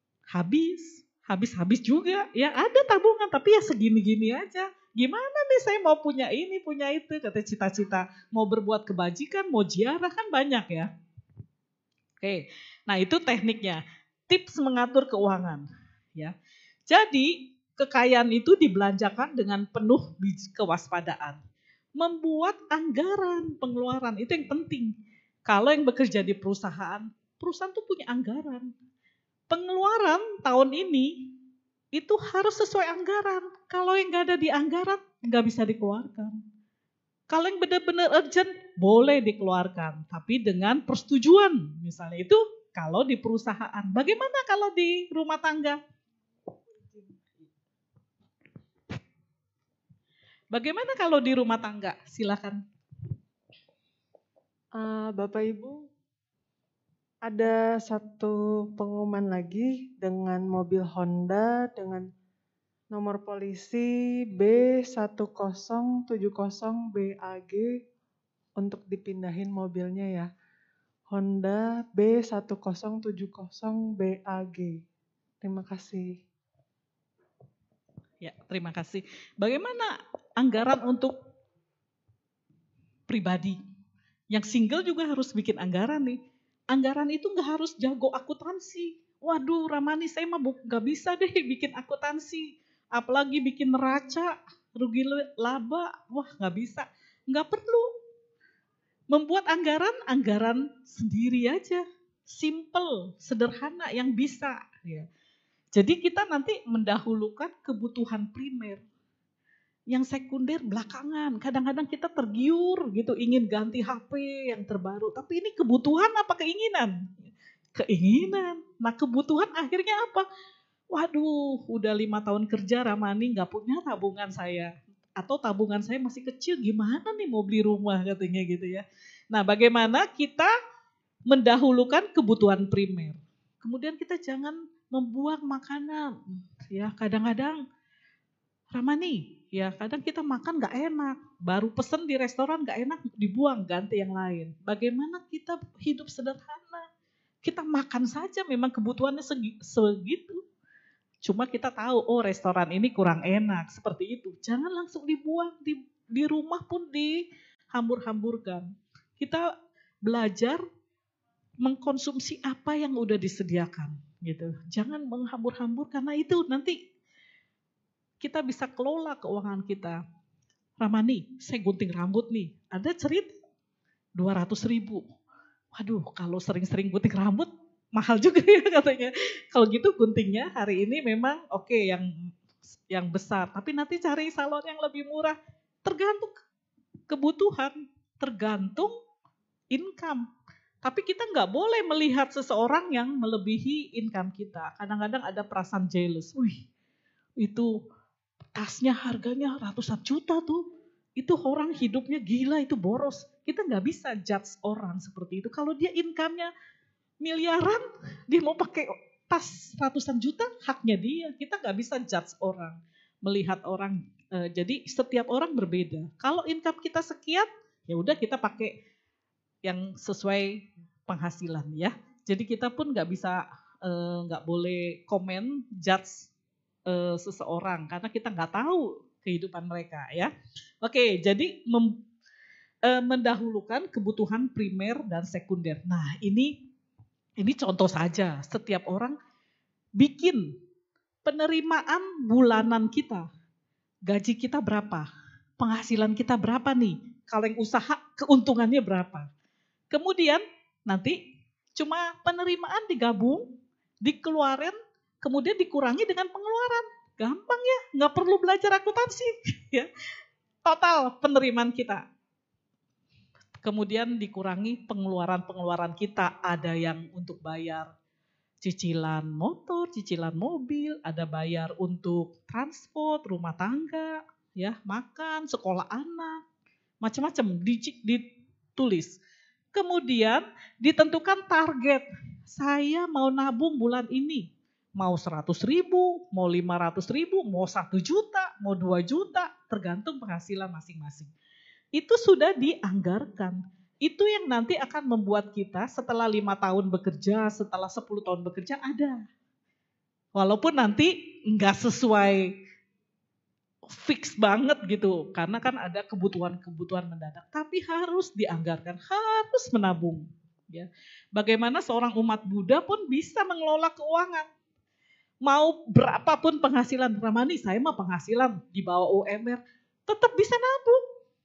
habis juga. Ya ada tabungan tapi ya segini-gini aja. Gimana nih saya mau punya ini, punya itu, kata cita-cita. Mau berbuat kebajikan, mau ziarah kan banyak ya. Oke, nah itu tekniknya. Tips mengatur keuangan. Ya. Jadi kekayaan itu dibelanjakan dengan penuh kewaspadaan. Membuat anggaran pengeluaran itu yang penting. Kalau yang bekerja di perusahaan tuh punya anggaran. Pengeluaran tahun ini itu harus sesuai anggaran. Kalau yang nggak ada di anggaran, nggak bisa dikeluarkan. Kalau yang benar-benar urgent, boleh dikeluarkan. Tapi dengan persetujuan. Misalnya itu kalau di perusahaan. Bagaimana kalau di rumah tangga? Bagaimana kalau di rumah tangga? Silakan. Bapak Ibu, ada satu pengumuman lagi dengan mobil Honda dengan nomor polisi B1070BAG untuk dipindahin mobilnya ya. Honda B1070BAG. Terima kasih. Ya, terima kasih. Bagaimana anggaran untuk pribadi? Yang single juga harus bikin anggaran nih. Anggaran itu nggak harus jago akuntansi. Waduh, Ramani saya mah nggak bisa deh bikin akuntansi. Apalagi bikin neraca, rugi laba. Wah, nggak bisa. Nggak perlu. Membuat anggaran sendiri aja. Simple, sederhana yang bisa. Ya. Jadi kita nanti mendahulukan kebutuhan primer. Yang sekunder belakangan. Kadang-kadang kita tergiur gitu ingin ganti HP yang terbaru. Tapi ini kebutuhan apa keinginan? Keinginan. Nah kebutuhan akhirnya apa? Waduh udah 5 tahun kerja Ramani gak punya tabungan saya. Atau tabungan saya masih kecil gimana nih mau beli rumah katanya gitu ya. Nah bagaimana kita mendahulukan kebutuhan primer. Kemudian kita jangan membuang makanan. Ya kadang-kadang Ramani, ya kadang kita makan gak enak, baru pesen di restoran gak enak, dibuang, ganti yang lain. Bagaimana kita hidup sederhana? Kita makan saja memang kebutuhannya segitu. Cuma kita tahu, oh restoran ini kurang enak, seperti itu. Jangan langsung dibuang, di rumah pun dihambur-hamburkan. Kita belajar mengkonsumsi apa yang udah disediakan. Gitu. Jangan menghambur-hambur karena itu nanti kita bisa kelola keuangan kita. Ramani, saya gunting rambut nih. Ada cerita 200.000. Waduh, kalau sering-sering gunting rambut mahal juga ya katanya. Kalau gitu guntingnya hari ini memang oke, yang besar. Tapi nanti cari salon yang lebih murah. Tergantung kebutuhan, tergantung income. Tapi kita nggak boleh melihat seseorang yang melebihi income kita. Kadang-kadang ada perasaan jealous. Wih, itu tasnya harganya ratusan juta tuh. Itu orang hidupnya gila, itu boros. Kita nggak bisa judge orang seperti itu. Kalau dia income-nya miliaran, dia mau pakai tas ratusan juta, haknya dia. Kita nggak bisa judge orang, melihat orang. Jadi setiap orang berbeda. Kalau income kita sekian, ya udah kita pakai yang sesuai penghasilan ya. Jadi kita pun nggak bisa, nggak boleh komen, judge seseorang karena kita nggak tahu kehidupan mereka ya. Oke, jadi mendahulukan kebutuhan primer dan sekunder. Nah ini contoh saja. Setiap orang bikin penerimaan bulanan kita, gaji kita berapa, penghasilan kita berapa nih. Kalau yang usaha keuntungannya berapa. Kemudian nanti cuma penerimaan digabung, dikeluarin, kemudian dikurangi dengan pengeluaran. Gampang ya, nggak perlu belajar akuntansi. Ya. Total penerimaan kita. Kemudian dikurangi pengeluaran-pengeluaran kita. Ada yang untuk bayar cicilan motor, cicilan mobil, ada bayar untuk transport, rumah tangga, ya, makan, sekolah anak, macam-macam ditulis. Kemudian ditentukan target. Saya mau nabung bulan ini. Mau 100.000, mau 500.000, mau 1 juta, mau 2 juta, tergantung penghasilan masing-masing. Itu sudah dianggarkan. Itu yang nanti akan membuat kita setelah 5 tahun bekerja, setelah 10 tahun bekerja ada. Walaupun nanti nggak sesuai fix banget gitu. Karena kan ada kebutuhan-kebutuhan mendadak. Tapi harus dianggarkan, harus menabung. Ya. Bagaimana seorang umat Buddha pun bisa mengelola keuangan. Mau berapapun penghasilan, Ramani saya mah penghasilan di bawah UMR, tetap bisa nabung.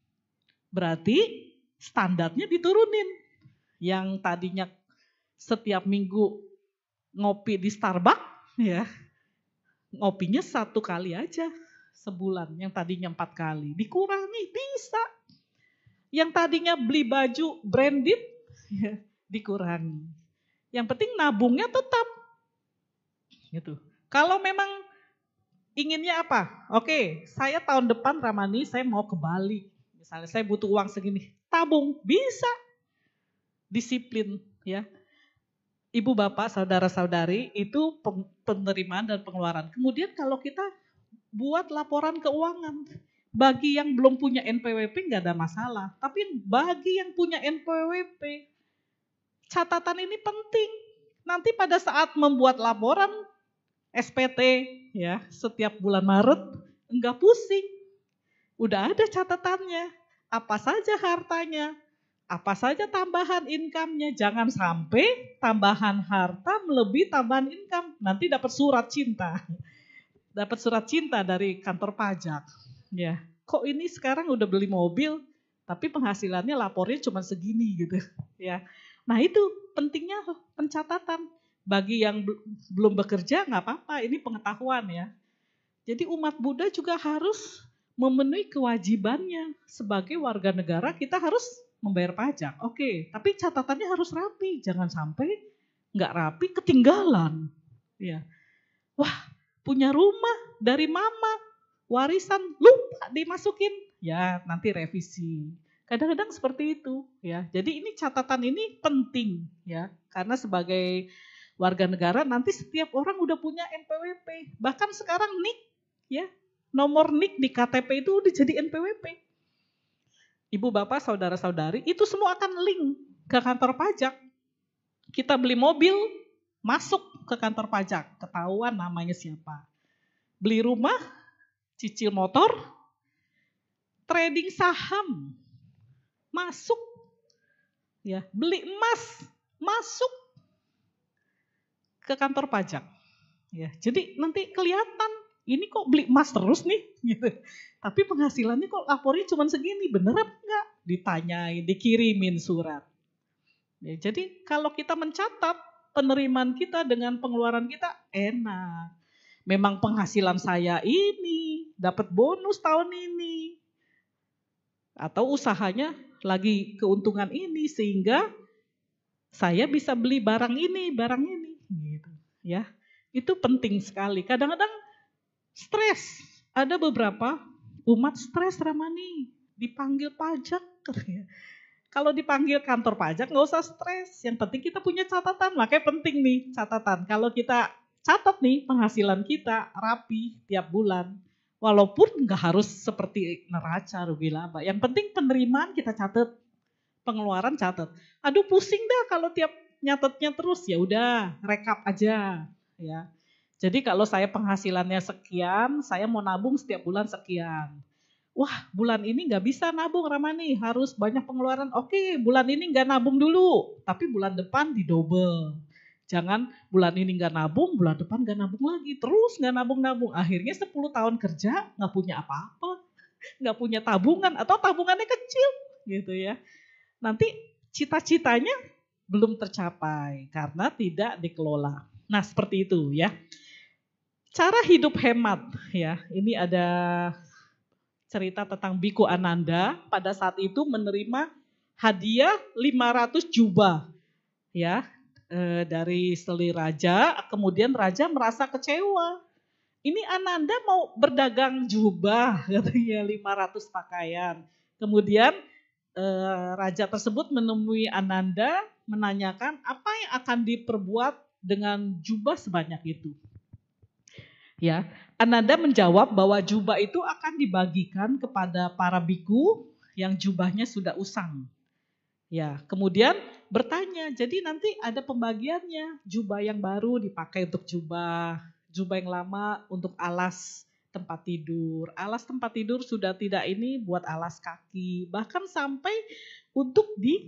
Berarti standarnya diturunin. Yang tadinya setiap minggu ngopi di Starbucks, ya ngopinya 1 kali aja sebulan. Yang tadinya 4 kali, dikurangi bisa. Yang tadinya beli baju branded, ya, dikurangi. Yang penting nabungnya tetap. Gitu. Kalau memang inginnya apa? Oke, saya tahun depan Ramani saya mau ke Bali. Misalnya saya butuh uang segini, tabung, bisa. Disiplin ya. Ibu bapak, saudara-saudari itu penerimaan dan pengeluaran. Kemudian kalau kita buat laporan keuangan, bagi yang belum punya NPWP nggak ada masalah. Tapi bagi yang punya NPWP, catatan ini penting. Nanti pada saat membuat laporan SPT ya setiap bulan Maret enggak pusing. Udah ada catatannya, apa saja hartanya, apa saja tambahan income-nya. Jangan sampai tambahan harta melebihi tambahan income. Nanti dapat surat cinta. Dapat surat cinta dari kantor pajak. Ya, kok ini sekarang udah beli mobil, tapi penghasilannya lapornya cuma segini gitu. Ya, nah itu pentingnya pencatatan. Bagi yang belum bekerja nggak apa-apa, ini pengetahuan ya. Jadi umat Buddha juga harus memenuhi kewajibannya sebagai warga negara, kita harus membayar pajak. Oke, tapi catatannya harus rapi, jangan sampai nggak rapi ketinggalan. Ya, wah punya rumah dari mama, warisan lupa dimasukin, ya nanti revisi. Kadang-kadang seperti itu, ya. Jadi ini catatan ini penting, ya, karena sebagai warga negara nanti setiap orang udah punya NPWP, bahkan sekarang NIK, ya. Nomor NIK di KTP itu udah jadi NPWP. Ibu bapak saudara-saudari itu semua akan link ke kantor pajak. Kita beli mobil masuk ke kantor pajak, ketahuan namanya siapa. Beli rumah, cicil motor, trading saham masuk. Ya, beli emas masuk ke kantor pajak. Ya, jadi nanti kelihatan ini kok beli emas terus nih gitu. Tapi penghasilannya kok lapornya cuma segini, bener apa enggak? Ditanyain, dikirimin surat. Ya, jadi kalau kita mencatat penerimaan kita dengan pengeluaran kita enak. Memang penghasilan saya ini dapat bonus tahun ini. Atau usahanya lagi keuntungan ini sehingga saya bisa beli barang ini gitu ya. Itu penting sekali. Kadang-kadang stres. Ada beberapa umat stres Ramani, dipanggil pajak. Kalau dipanggil kantor pajak nggak usah stres. Yang penting kita punya catatan. Makanya penting nih catatan. Kalau kita catat nih penghasilan kita rapi tiap bulan. Walaupun nggak harus seperti neraca rugi laba. Yang penting penerimaan kita catat. Pengeluaran catat. Aduh pusing dah kalau tiap nyatetnya terus. Ya udah rekap aja ya. Jadi kalau saya penghasilannya sekian, saya mau nabung setiap bulan sekian. Wah bulan ini gak bisa nabung Ramani, harus banyak pengeluaran. Oke bulan ini gak nabung dulu, tapi bulan depan didouble. Jangan bulan ini gak nabung, bulan depan gak nabung lagi. Terus gak nabung-nabung, akhirnya 10 tahun kerja gak punya apa-apa. Gak punya tabungan atau tabungannya kecil. gitu ya. Nanti cita-citanya belum tercapai karena tidak dikelola. Nah, seperti itu ya. Cara hidup hemat ya. Ini ada cerita tentang Biku Ananda pada saat itu menerima hadiah 500 jubah ya dari istri raja, kemudian raja merasa kecewa. Ini Ananda mau berdagang jubah katanya 500 pakaian. Kemudian raja tersebut menemui Ananda menanyakan apa yang akan diperbuat dengan jubah sebanyak itu. Ya, Ananda menjawab bahwa jubah itu akan dibagikan kepada para biku yang jubahnya sudah usang. Ya, kemudian bertanya, jadi nanti ada pembagiannya, jubah yang baru dipakai untuk jubah yang lama untuk alas tempat tidur. Alas tempat tidur sudah tidak ini buat alas kaki, bahkan sampai untuk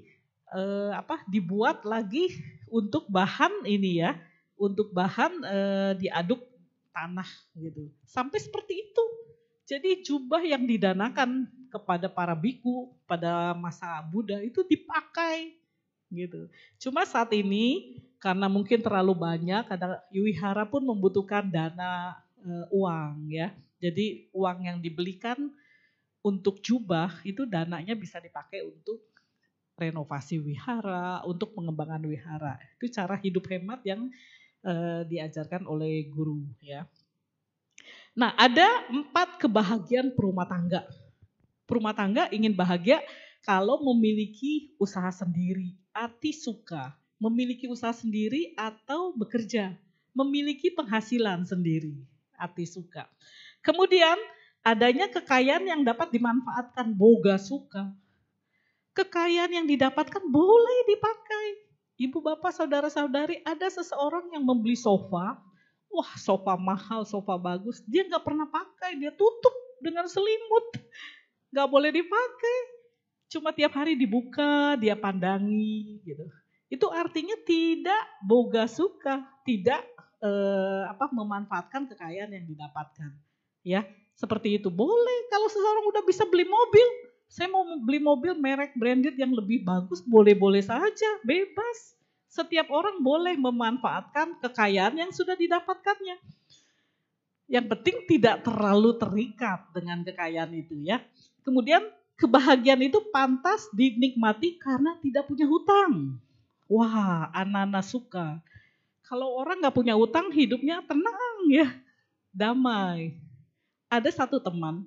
dibuat lagi untuk bahan ini ya, untuk bahan diaduk tanah gitu. Sampai seperti itu. Jadi jubah yang didanakan kepada para biku pada masa Buddha itu dipakai gitu. Cuma saat ini karena mungkin terlalu banyak, kadang wihara pun membutuhkan dana uang ya. Jadi uang yang dibelikan untuk jubah itu dananya bisa dipakai untuk renovasi wihara, untuk pengembangan wihara. Itu cara hidup hemat yang diajarkan oleh guru ya. Nah, ada 4 kebahagiaan perumah tangga. Perumah tangga ingin bahagia kalau memiliki usaha sendiri, ati suka, memiliki usaha sendiri atau bekerja, memiliki penghasilan sendiri, ati suka. Kemudian adanya kekayaan yang dapat dimanfaatkan, boga suka. Kekayaan yang didapatkan boleh dipakai. Ibu bapak saudara-saudari, ada seseorang yang membeli sofa, wah sofa mahal, sofa bagus, dia gak pernah pakai, dia tutup dengan selimut, gak boleh dipakai. Cuma tiap hari dibuka, dia pandangi gitu. Itu artinya tidak boga suka, tidak memanfaatkan kekayaan yang didapatkan. Ya, seperti itu. Boleh kalau seseorang udah bisa beli mobil, saya mau beli mobil merek branded yang lebih bagus, boleh-boleh saja, bebas. Setiap orang boleh memanfaatkan kekayaan yang sudah didapatkannya. Yang penting tidak terlalu terikat dengan kekayaan itu ya. Kemudian kebahagiaan itu pantas dinikmati karena tidak punya hutang. Wah, anak-anak suka. Kalau orang gak punya hutang hidupnya tenang ya, damai. Ada satu teman,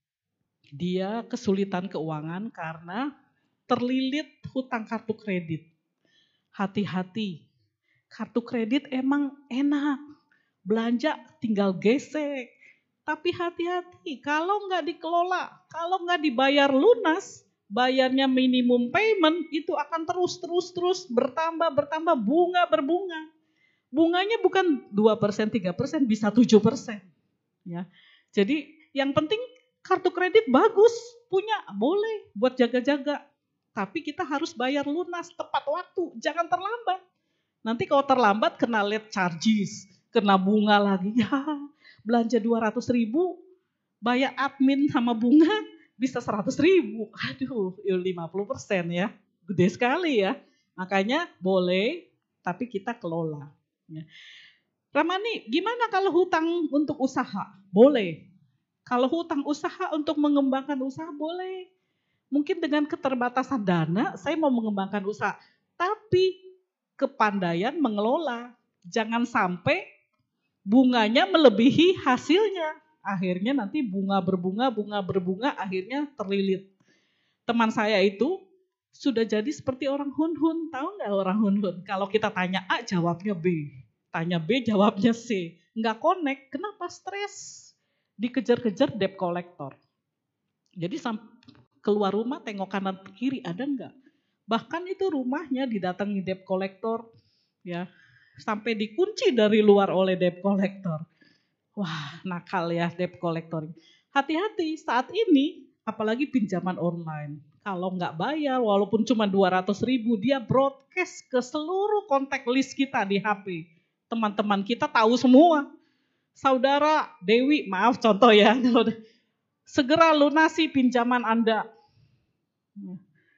dia kesulitan keuangan karena terlilit hutang kartu kredit. Hati-hati, kartu kredit emang enak, belanja tinggal gesek. Tapi hati-hati, kalau nggak dikelola, kalau nggak dibayar lunas, bayarnya minimum payment, itu akan terus bertambah, bunga berbunga. Bunganya bukan 2%, 3%, bisa 7%. Ya. Jadi yang penting kartu kredit bagus, punya boleh buat jaga-jaga. Tapi kita harus bayar lunas tepat waktu, jangan terlambat. Nanti kalau terlambat kena late charges, kena bunga lagi. Ya, belanja 200.000, bayar admin sama bunga bisa 100.000. Aduh, 50% ya, gede sekali ya. Makanya boleh, tapi kita kelola. Ya. Ramani, gimana kalau hutang untuk usaha? Boleh. Kalau hutang usaha untuk mengembangkan usaha boleh. Mungkin dengan keterbatasan dana, saya mau mengembangkan usaha. Tapi kepandaian mengelola. Jangan sampai bunganya melebihi hasilnya. Akhirnya nanti bunga berbunga, akhirnya terlilit. Teman saya itu sudah jadi seperti orang hun-hun. Tahu nggak orang hun-hun? Kalau kita tanya A, jawabnya B. Tanya B, jawabnya C. Nggak connect. Kenapa? Stres. Dikejar-kejar debt collector. Jadi keluar rumah tengok kanan kiri ada enggak. Bahkan itu rumahnya didatangi debt collector ya, sampai dikunci dari luar oleh debt collector. Wah, nakal ya debt collector. Hati-hati saat ini, apalagi pinjaman online. Kalau enggak bayar walaupun cuma 200.000, dia broadcast ke seluruh kontak list kita di HP. Teman-teman kita tahu semua. Saudara Dewi, maaf contoh ya, segera lunasi pinjaman Anda.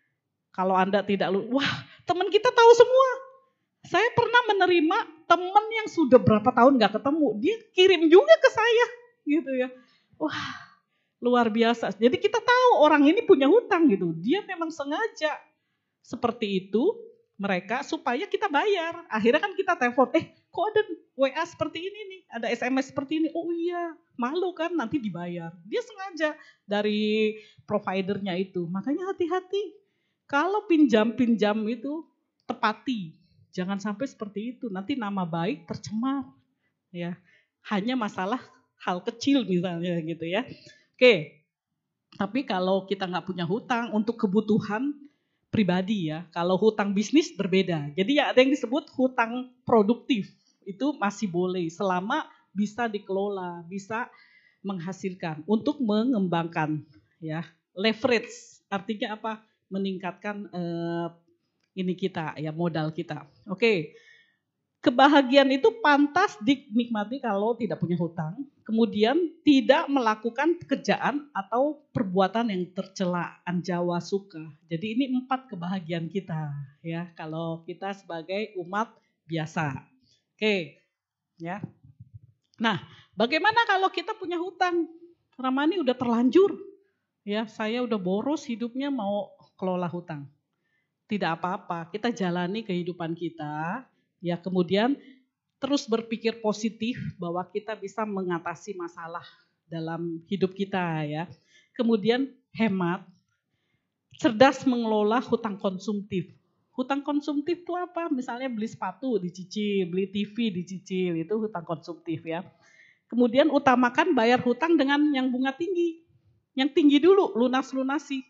Kalau Anda tidak wah, teman kita tahu semua. Saya pernah menerima teman yang sudah berapa tahun gak ketemu, dia kirim juga ke saya, gitu ya. Wah, luar biasa. Jadi kita tahu orang ini punya hutang gitu. Dia memang sengaja seperti itu mereka supaya kita bayar. Akhirnya kan kita telepon, kok ada WA seperti ini nih, ada SMS seperti ini. Oh iya, malu kan nanti dibayar. Dia sengaja dari providernya itu. Makanya hati-hati. Kalau pinjam-pinjam itu tepati. Jangan sampai seperti itu, nanti nama baik tercemar. Ya, hanya masalah hal kecil misalnya gitu ya. Oke, tapi kalau kita nggak punya hutang untuk kebutuhan pribadi ya, kalau hutang bisnis berbeda. Jadi ya ada yang disebut hutang produktif, itu masih boleh selama bisa dikelola, bisa menghasilkan untuk mengembangkan ya. Leverage artinya apa? Meningkatkan ini kita ya, modal kita. Oke. Kebahagiaan itu pantas dinikmati kalau tidak punya hutang. Kemudian tidak melakukan pekerjaan atau perbuatan yang tercela, anjawa suka. Jadi ini 4 kebahagiaan kita ya kalau kita sebagai umat biasa. Oke. Ya. Nah, bagaimana kalau kita punya hutang? Ramani udah terlanjur. Ya, saya udah boros hidupnya mau kelola hutang. Tidak apa-apa, kita jalani kehidupan kita, ya kemudian terus berpikir positif bahwa kita bisa mengatasi masalah dalam hidup kita ya. Kemudian hemat, cerdas mengelola hutang konsumtif. Hutang konsumtif itu apa? Misalnya beli sepatu dicicil, beli TV dicicil, itu hutang konsumtif ya. Kemudian utamakan bayar hutang dengan yang bunga tinggi. Yang tinggi dulu, lunas-lunasi.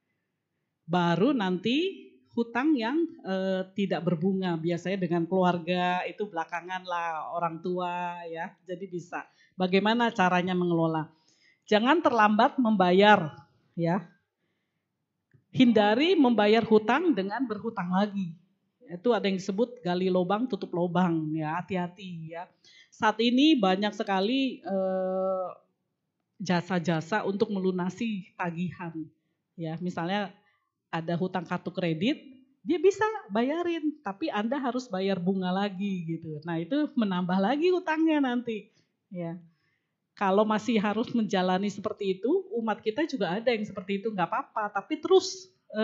Baru nanti hutang yang tidak berbunga, biasanya dengan keluarga itu belakangan lah, orang tua ya. Jadi bisa. Bagaimana caranya mengelola? Jangan terlambat membayar ya. Hindari membayar hutang dengan berhutang lagi. Itu ada yang disebut gali lubang tutup lubang ya, hati-hati ya. Saat ini banyak sekali jasa-jasa untuk melunasi tagihan. Ya, misalnya ada hutang kartu kredit, dia bisa bayarin, tapi Anda harus bayar bunga lagi gitu. Nah itu menambah lagi hutangnya nanti. Ya, kalau masih harus menjalani seperti itu, umat kita juga ada yang seperti itu, nggak apa-apa, tapi terus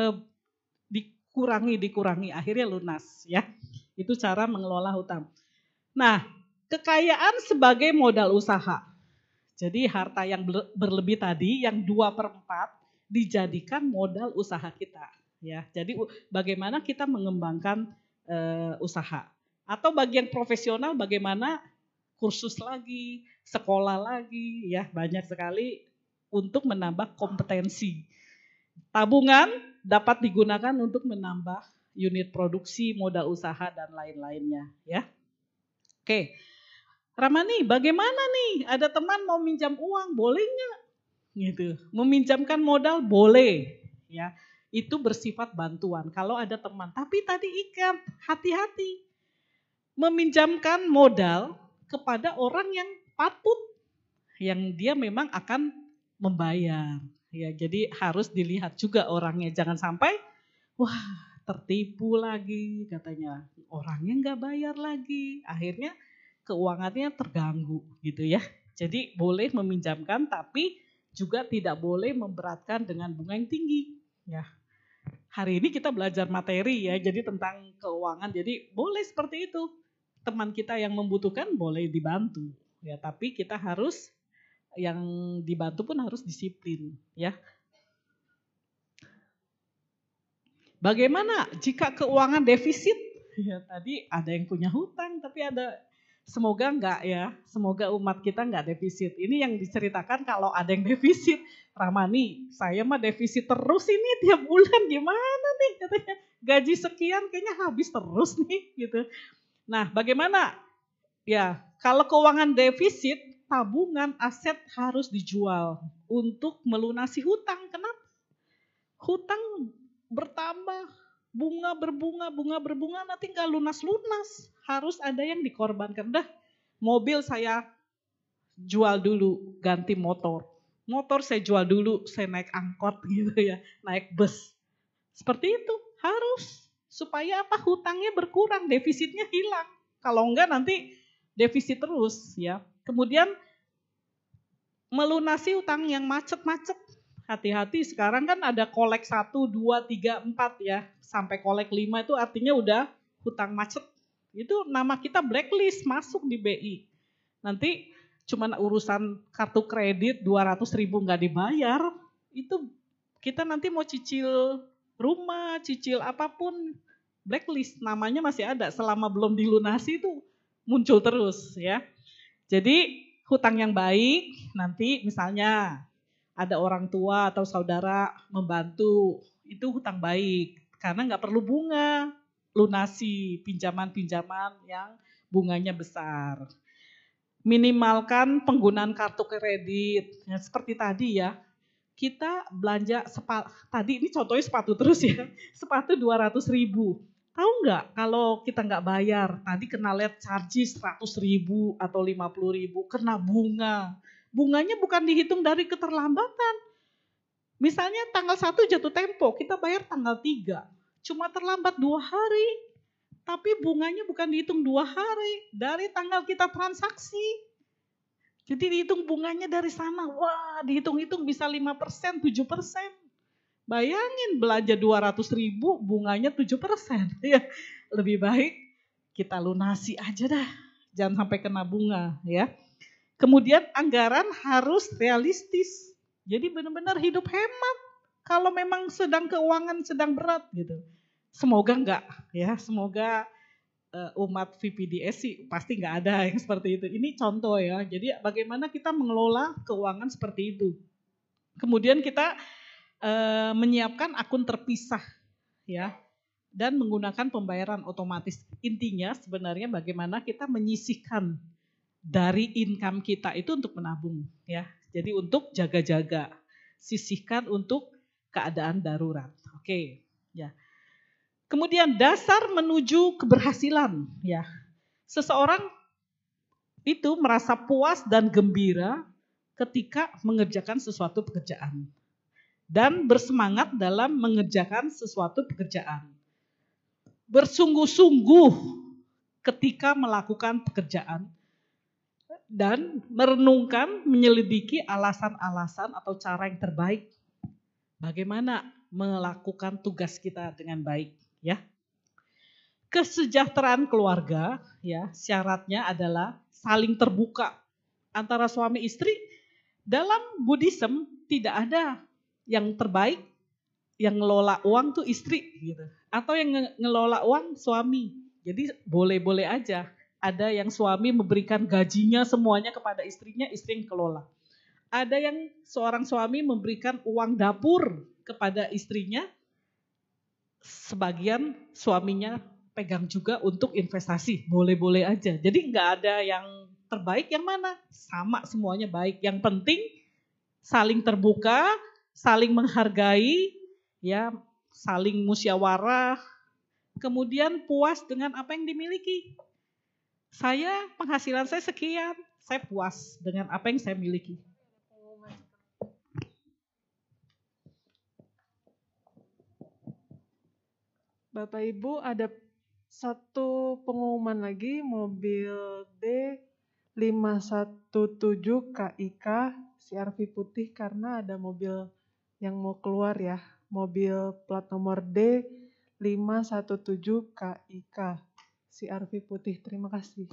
dikurangi, akhirnya lunas ya. Itu cara mengelola hutang. Nah, kekayaan sebagai modal usaha. Jadi harta yang berlebih tadi, yang 2/4, dijadikan modal usaha kita ya. Jadi bagaimana kita mengembangkan usaha. Atau bagi yang profesional bagaimana kursus lagi, sekolah lagi ya, banyak sekali untuk menambah kompetensi. Tabungan dapat digunakan untuk menambah unit produksi, modal usaha dan lain-lainnya ya. Oke. Ramani, bagaimana nih? Ada teman mau minjam uang, boleh nggak? Gitu. Meminjamkan modal boleh ya. Itu bersifat bantuan kalau ada teman. Tapi tadi ikat, hati-hati. Meminjamkan modal kepada orang yang patut, yang dia memang akan membayar. Ya, jadi harus dilihat juga orangnya, jangan sampai wah, tertipu lagi katanya. Orangnya nggak bayar lagi. Akhirnya keuangannya terganggu gitu ya. Jadi boleh meminjamkan tapi juga tidak boleh memberatkan dengan bunga yang tinggi. Ya, hari ini kita belajar materi ya, jadi tentang keuangan. Jadi boleh seperti itu. Teman kita yang membutuhkan boleh dibantu. Ya, tapi kita harus yang dibantu pun harus disiplin. Ya. Bagaimana jika keuangan defisit? Ya, tadi ada yang punya hutang, tapi ada. Semoga enggak ya, semoga umat kita enggak defisit. Ini yang diceritakan kalau ada yang defisit. Ramani, saya mah defisit terus ini tiap bulan, gimana nih katanya. Gaji sekian kayaknya habis terus nih gitu. Nah bagaimana? Ya kalau keuangan defisit, tabungan aset harus dijual untuk melunasi hutang. Kenapa? Hutang bertambah, bunga berbunga, nanti nggak lunas-lunas. Harus ada yang dikorbankan. Dah, mobil saya jual dulu, ganti motor. Motor saya jual dulu, saya naik angkot gitu ya, naik bus. Seperti itu. Harus. Supaya apa? Hutangnya berkurang, defisitnya hilang. Kalau enggak nanti defisit terus ya. Kemudian melunasi hutang yang macet-macet. Hati-hati sekarang kan ada kolek 1, 2, 3, 4 ya. Sampai kolek 5 itu artinya udah hutang macet. Itu nama kita blacklist masuk di BI. Nanti cuman urusan kartu kredit 200.000 nggak dibayar. Itu kita nanti mau cicil rumah, cicil apapun. Blacklist namanya masih ada. Selama belum dilunasi itu muncul terus ya. Jadi hutang yang baik nanti misalnya ada orang tua atau saudara membantu, itu hutang baik. Karena nggak perlu bunga, lunasi pinjaman-pinjaman yang bunganya besar. Minimalkan penggunaan kartu kredit. Ya, seperti tadi ya, kita belanja tadi ini contohnya sepatu terus ya, sepatu 200.000. Tahu nggak kalau kita nggak bayar, tadi kena late charges 100.000 atau 50.000, kena bunga. Bunganya bukan dihitung dari keterlambatan. Misalnya tanggal 1 jatuh tempo, kita bayar tanggal 3. Cuma terlambat 2 hari. Tapi bunganya bukan dihitung 2 hari. Dari tanggal kita transaksi. Jadi dihitung bunganya dari sana. Wah, dihitung-hitung bisa 5%, 7%. Bayangin belanja 200.000, bunganya 7%. Ya, lebih baik kita lunasi aja dah. Jangan sampai kena bunga ya. Kemudian anggaran harus realistis. Jadi benar-benar hidup hemat. Kalau memang keuangan sedang berat gitu. Semoga enggak ya, semoga umat VPDS sih pasti enggak ada yang seperti itu. Ini contoh ya. Jadi bagaimana kita mengelola keuangan seperti itu. Kemudian kita menyiapkan akun terpisah ya. Dan menggunakan pembayaran otomatis. Intinya sebenarnya bagaimana kita menyisihkan dari income kita itu untuk menabung ya. Jadi untuk jaga-jaga, sisihkan untuk keadaan darurat. Oke, ya. Kemudian dasar menuju keberhasilan ya. Seseorang itu merasa puas dan gembira ketika mengerjakan sesuatu pekerjaan dan bersemangat dalam mengerjakan sesuatu pekerjaan. Bersungguh-sungguh ketika melakukan pekerjaan dan merenungkan, menyelidiki alasan-alasan atau cara yang terbaik bagaimana melakukan tugas kita dengan baik ya. Kesejahteraan keluarga ya, syaratnya adalah saling terbuka antara suami istri. Dalam Buddhism tidak ada yang terbaik, yang ngelola uang tuh istri gitu, atau yang ngelola uang suami. Jadi boleh-boleh aja. Ada yang suami memberikan gajinya semuanya kepada istrinya, istri yang kelola. Ada yang seorang suami memberikan uang dapur kepada istrinya, sebagian suaminya pegang juga untuk investasi, boleh-boleh aja. Jadi nggak ada yang terbaik yang mana, sama semuanya baik. Yang penting saling terbuka, saling menghargai, ya, saling musyawarah, kemudian puas dengan apa yang dimiliki. Penghasilan saya sekian, saya puas dengan apa yang saya miliki. Bapak Ibu, ada satu pengumuman lagi, mobil D517 KIK CR-V putih karena ada mobil yang mau keluar ya. Mobil plat nomor D517 KIK CR-V putih. Terima kasih.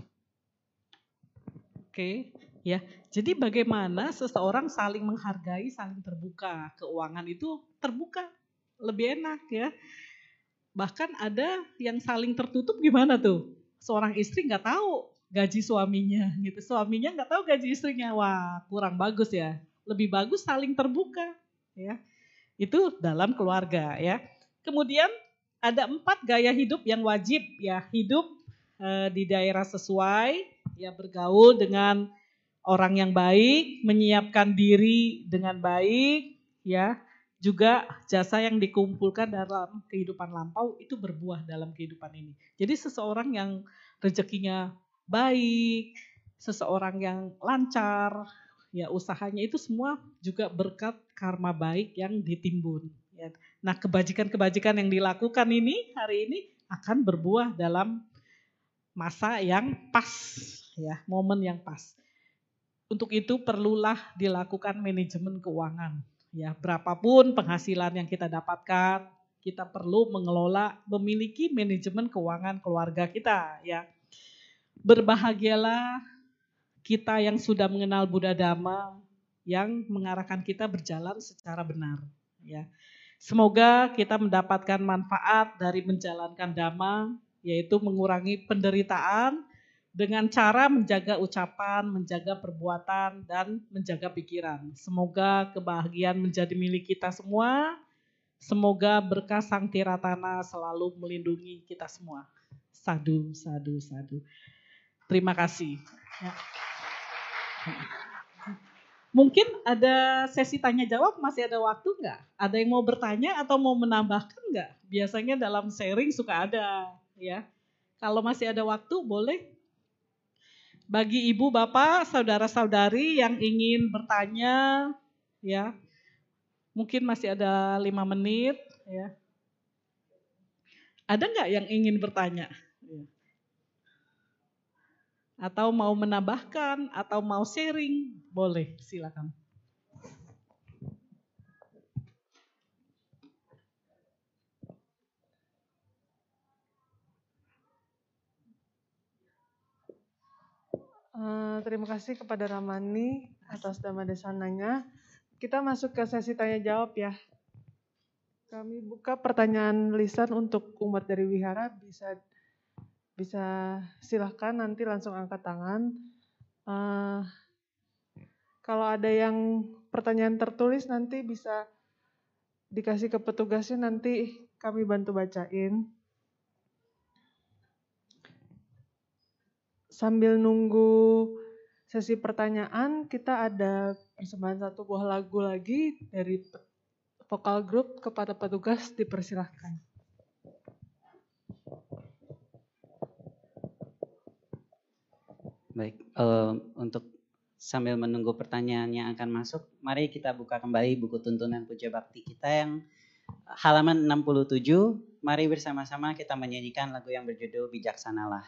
Oke, ya. Jadi bagaimana seseorang saling menghargai, saling terbuka. Keuangan itu terbuka, lebih enak ya. Bahkan ada yang saling tertutup gimana tuh? Seorang istri nggak tahu gaji suaminya gitu. Suaminya nggak tahu gaji istrinya. Wah, kurang bagus ya. Lebih bagus saling terbuka ya. Itu dalam keluarga ya. Kemudian ada 4 gaya hidup yang wajib ya. Hidup di daerah sesuai, ya, bergaul dengan orang yang baik, menyiapkan diri dengan baik, ya. Juga jasa yang dikumpulkan dalam kehidupan lampau itu berbuah dalam kehidupan ini. Jadi seseorang yang rezekinya baik, seseorang yang lancar, ya, usahanya itu semua juga berkat karma baik yang ditimbun. Ya. Nah, kebajikan-kebajikan yang dilakukan ini hari ini akan berbuah dalam masa yang pas, ya, momen yang pas. Untuk itu perlulah dilakukan manajemen keuangan. Ya, berapapun penghasilan yang kita dapatkan, kita perlu mengelola, memiliki manajemen keuangan keluarga kita. Ya, berbahagialah kita yang sudah mengenal Buddha Dhamma, yang mengarahkan kita berjalan secara benar. Ya, semoga kita mendapatkan manfaat dari menjalankan Dhamma, yaitu mengurangi penderitaan dengan cara menjaga ucapan, menjaga perbuatan, dan menjaga pikiran. Semoga kebahagiaan menjadi milik kita semua. Semoga berkah Sang Tiratana selalu melindungi kita semua. Sadhu, sadhu, sadhu. Terima kasih. Ya. Mungkin ada sesi tanya jawab, masih ada waktu nggak? Ada yang mau bertanya atau mau menambahkan nggak? Biasanya dalam sharing suka ada, ya. Kalau masih ada waktu, boleh. Bagi ibu, bapak, saudara-saudari yang ingin bertanya, ya, mungkin masih ada 5 menit, ya. Ada nggak yang ingin bertanya? Atau mau menambahkan, atau mau sharing, boleh, silakan. Terima kasih kepada Ramani atas Dhamma Desananya. Kita masuk ke sesi tanya jawab ya. Kami buka pertanyaan lisan untuk umat dari wihara, bisa silahkan nanti langsung angkat tangan. Kalau ada yang pertanyaan tertulis nanti bisa dikasih ke petugasnya, nanti kami bantu bacain. Sambil nunggu sesi pertanyaan, kita ada persembahan 1 buah lagu lagi dari vokal grup. Kepada petugas dipersilahkan. Baik, untuk sambil menunggu pertanyaan yang akan masuk, mari kita buka kembali buku tuntunan Puja Bakti kita yang halaman 67. Mari bersama-sama kita menyanyikan lagu yang berjudul Bijaksanalah.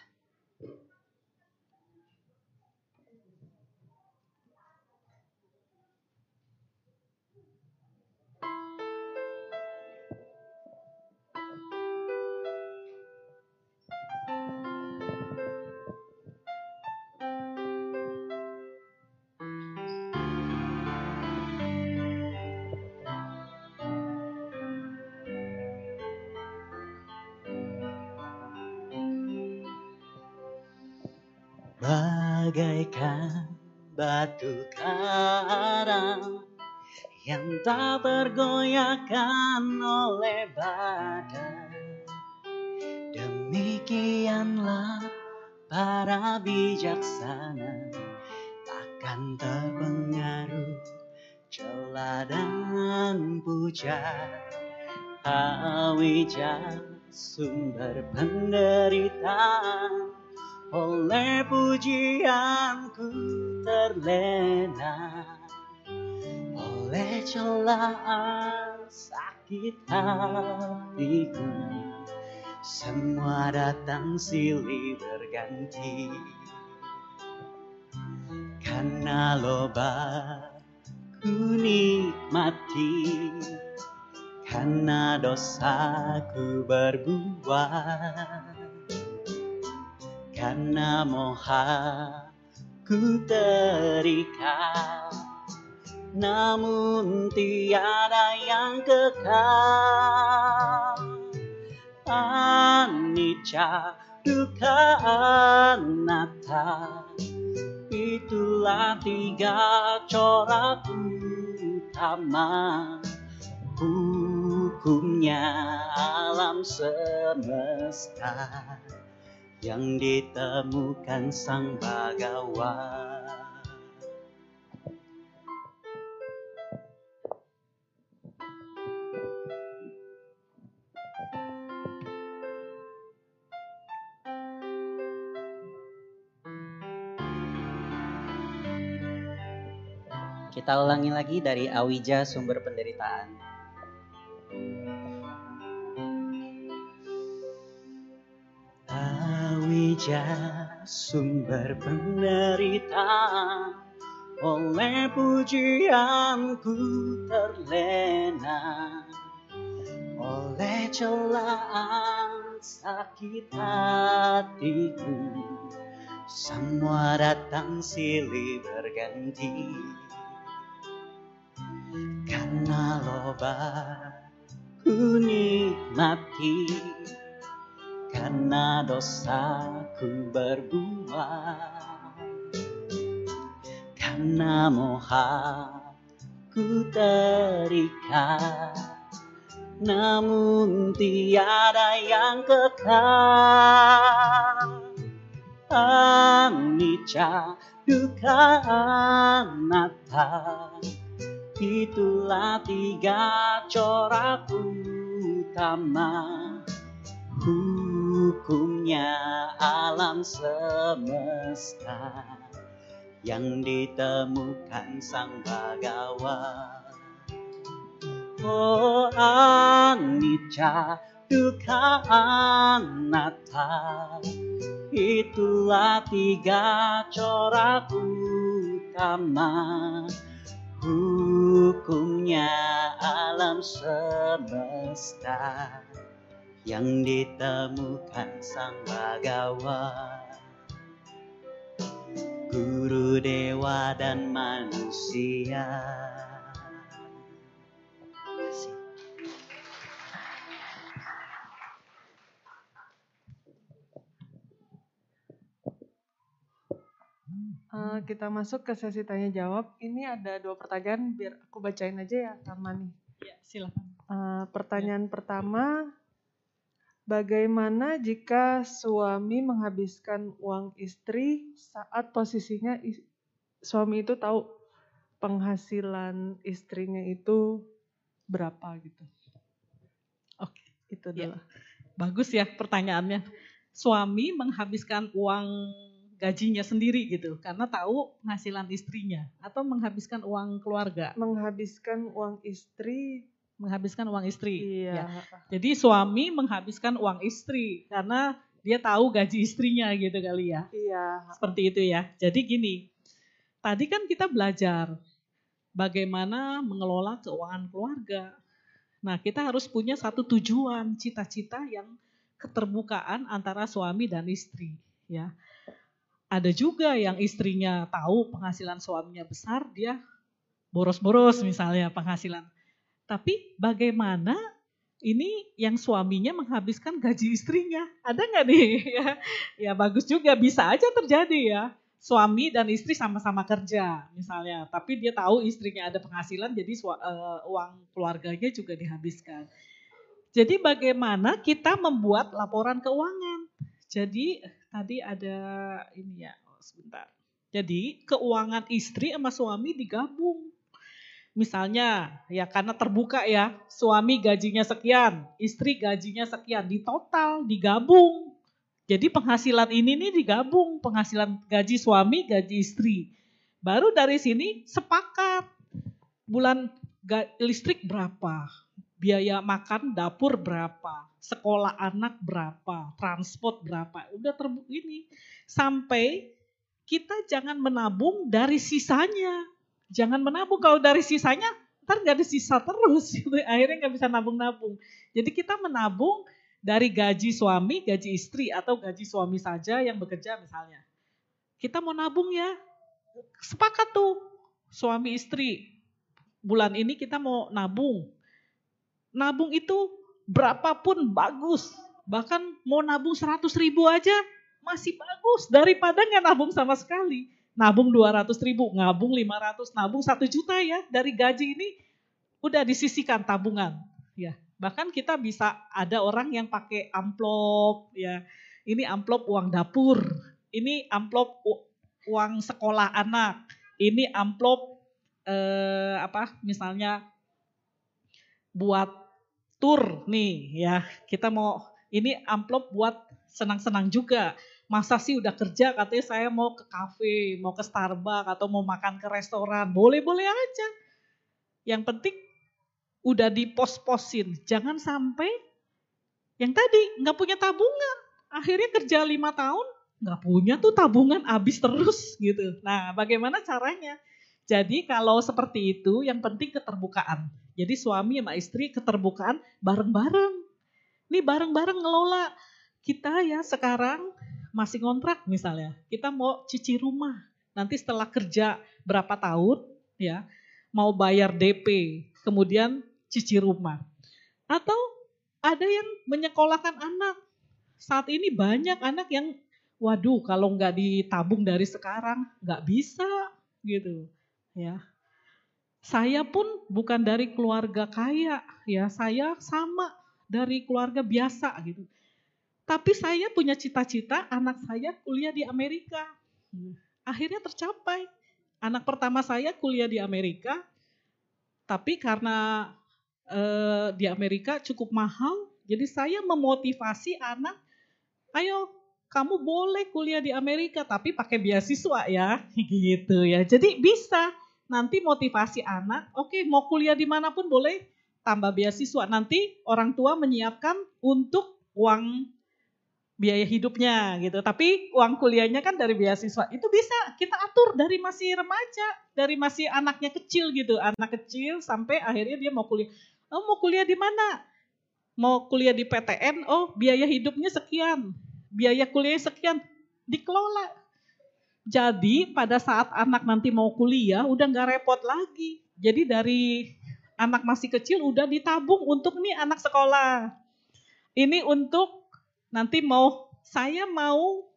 Bagaikan batu karang yang tak tergoyahkan oleh badai, demikianlah para bijaksana takkan terpengaruh celah dan puja. Awija sumber penderitaan, oleh pujianku terlena, oleh celaan sakit hatiku, semua datang silih berganti. Karena loba ku nikmati, karena dosaku berbuat, karena moha ku terikat, namun tiada yang kekal. Anicca dukkha anatta, itulah 3 corak utama hukumnya alam semesta yang ditemukan Sang Bhagawan. Kita ulangi lagi dari Awija sumber penderitaan. Tawija sumber penderitaan, oleh pujianku terlena, oleh celaan sakit hatiku, semua datang silih berganti. Karena loba ku nikmati, karena dosaku berbuat, karena moha ku terikat, namun tiada yang kekal. Anicca dukkha anatta, itulah tiga corak utama hukumnya alam semesta yang ditemukan Sang Bhagawan. Oh anicca dukkha anatta, itulah tiga corak utama hukumnya alam semesta yang ditemukan Sang Bhagawan, guru dewa dan manusia. Kita masuk ke sesi tanya jawab. Ini ada 2 pertanyaan, biar aku bacain aja ya, Ramani. Ya, silakan. Pertanyaan pertama, bagaimana jika suami menghabiskan uang istri saat posisinya suami itu tahu penghasilan istrinya itu berapa gitu? Oke, Itu ya. adalah. Bagus ya pertanyaannya. Suami menghabiskan uang gajinya sendiri gitu karena tahu penghasilan istrinya atau menghabiskan uang keluarga? Menghabiskan uang istri. Menghabiskan uang istri. Iya. Ya. Jadi suami menghabiskan uang istri karena dia tahu gaji istrinya gitu kali ya. Iya. Seperti itu ya. Jadi gini, tadi kan kita belajar bagaimana mengelola keuangan keluarga. Nah, kita harus punya satu tujuan, cita-cita yang keterbukaan antara suami dan istri, ya. Ada juga yang istrinya tahu penghasilan suaminya besar, dia boros-boros misalnya penghasilan. Tapi bagaimana ini yang suaminya menghabiskan gaji istrinya? Ada nggak nih? Ya bagus juga, bisa aja terjadi ya. Suami dan istri sama-sama kerja misalnya, tapi dia tahu istrinya ada penghasilan, jadi uang keluarganya juga dihabiskan. Jadi bagaimana kita membuat laporan keuangan? Jadi tadi ada ini ya, sebentar. Jadi keuangan istri sama suami digabung. Misalnya ya karena terbuka ya, suami gajinya sekian, istri gajinya sekian, di total digabung. Jadi penghasilan ini nih digabung, penghasilan gaji suami, gaji istri. Baru dari sini sepakat bulan listrik berapa, biaya makan dapur berapa, sekolah anak berapa, transport berapa, udah ini. Sampai kita jangan menabung dari sisanya. Jangan menabung, kalau dari sisanya ntar gak ada sisa terus, akhirnya gak bisa nabung-nabung. Jadi kita menabung dari gaji suami, gaji istri, atau gaji suami saja yang bekerja misalnya. Kita mau nabung ya, sepakat tuh suami istri, bulan ini kita mau nabung. Nabung itu berapapun bagus, bahkan mau nabung 100.000 aja masih bagus daripada gak nabung sama sekali. Nabung 200.000, nabung 500, nabung 1 juta ya, dari gaji ini udah disisihkan tabungan. Ya, bahkan kita bisa ada orang yang pakai amplop ya. Ini amplop uang dapur, ini amplop uang sekolah anak, ini amplop misalnya buat tur nih ya. Kita mau ini amplop buat senang-senang juga. Masa sih udah kerja katanya saya mau ke kafe, mau ke Starbucks atau mau makan ke restoran. Boleh-boleh aja. Yang penting udah dipos-posin. Jangan sampai yang tadi nggak punya tabungan. Akhirnya kerja 5 tahun, nggak punya tuh tabungan, habis terus gitu. Nah, bagaimana caranya? Jadi kalau seperti itu, yang penting keterbukaan. Jadi suami sama istri keterbukaan bareng-bareng. Nih bareng-bareng ngelola. Kita ya sekarang masih ngontrak misalnya. Kita mau cicil rumah. Nanti setelah kerja berapa tahun ya, mau bayar DP, kemudian cicil rumah. Atau ada yang menyekolahkan anak. Saat ini banyak anak yang, waduh kalau nggak ditabung dari sekarang, nggak bisa gitu. Ya, saya pun bukan dari keluarga kaya, ya saya sama dari keluarga biasa gitu. Tapi saya punya cita-cita anak saya kuliah di Amerika. Akhirnya tercapai. Anak pertama saya kuliah di Amerika, tapi karena di Amerika cukup mahal, jadi saya memotivasi anak, ayo kamu boleh kuliah di Amerika tapi pakai beasiswa ya, gitu ya. Jadi bisa nanti motivasi anak, oke mau kuliah dimanapun boleh tambah beasiswa. Nanti orang tua menyiapkan untuk uang biaya hidupnya gitu. Tapi uang kuliahnya kan dari beasiswa. Itu bisa kita atur dari masih remaja, dari masih anaknya kecil gitu. Anak kecil sampai akhirnya dia mau kuliah. Oh mau kuliah di mana? Mau kuliah di PTN, oh biaya hidupnya sekian. Biaya kuliahnya sekian. Dikelola. Jadi pada saat anak nanti mau kuliah udah gak repot lagi. Jadi dari anak masih kecil udah ditabung untuk nih anak sekolah. Ini untuk nanti saya mau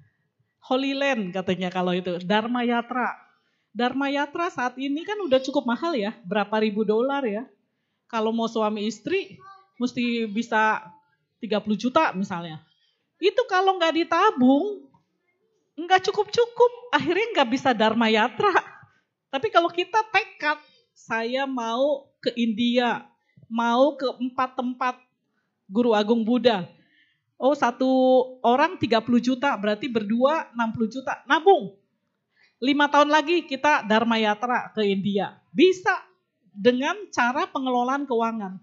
Holy Land katanya kalau itu, Dharma Yatra. Dharma Yatra saat ini kan udah cukup mahal ya, berapa ribu dolar ya. Kalau mau suami istri mesti bisa 30 juta misalnya. Itu kalau nggak ditabung, nggak cukup-cukup, akhirnya nggak bisa Dharma Yatra. Tapi kalau kita tekad, saya mau ke India, mau ke 4 tempat Guru Agung Buddha. Oh 1 orang 30 juta, berarti berdua 60 juta. Nabung. 5 tahun lagi kita Dharma Yatra ke India. Bisa dengan cara pengelolaan keuangan.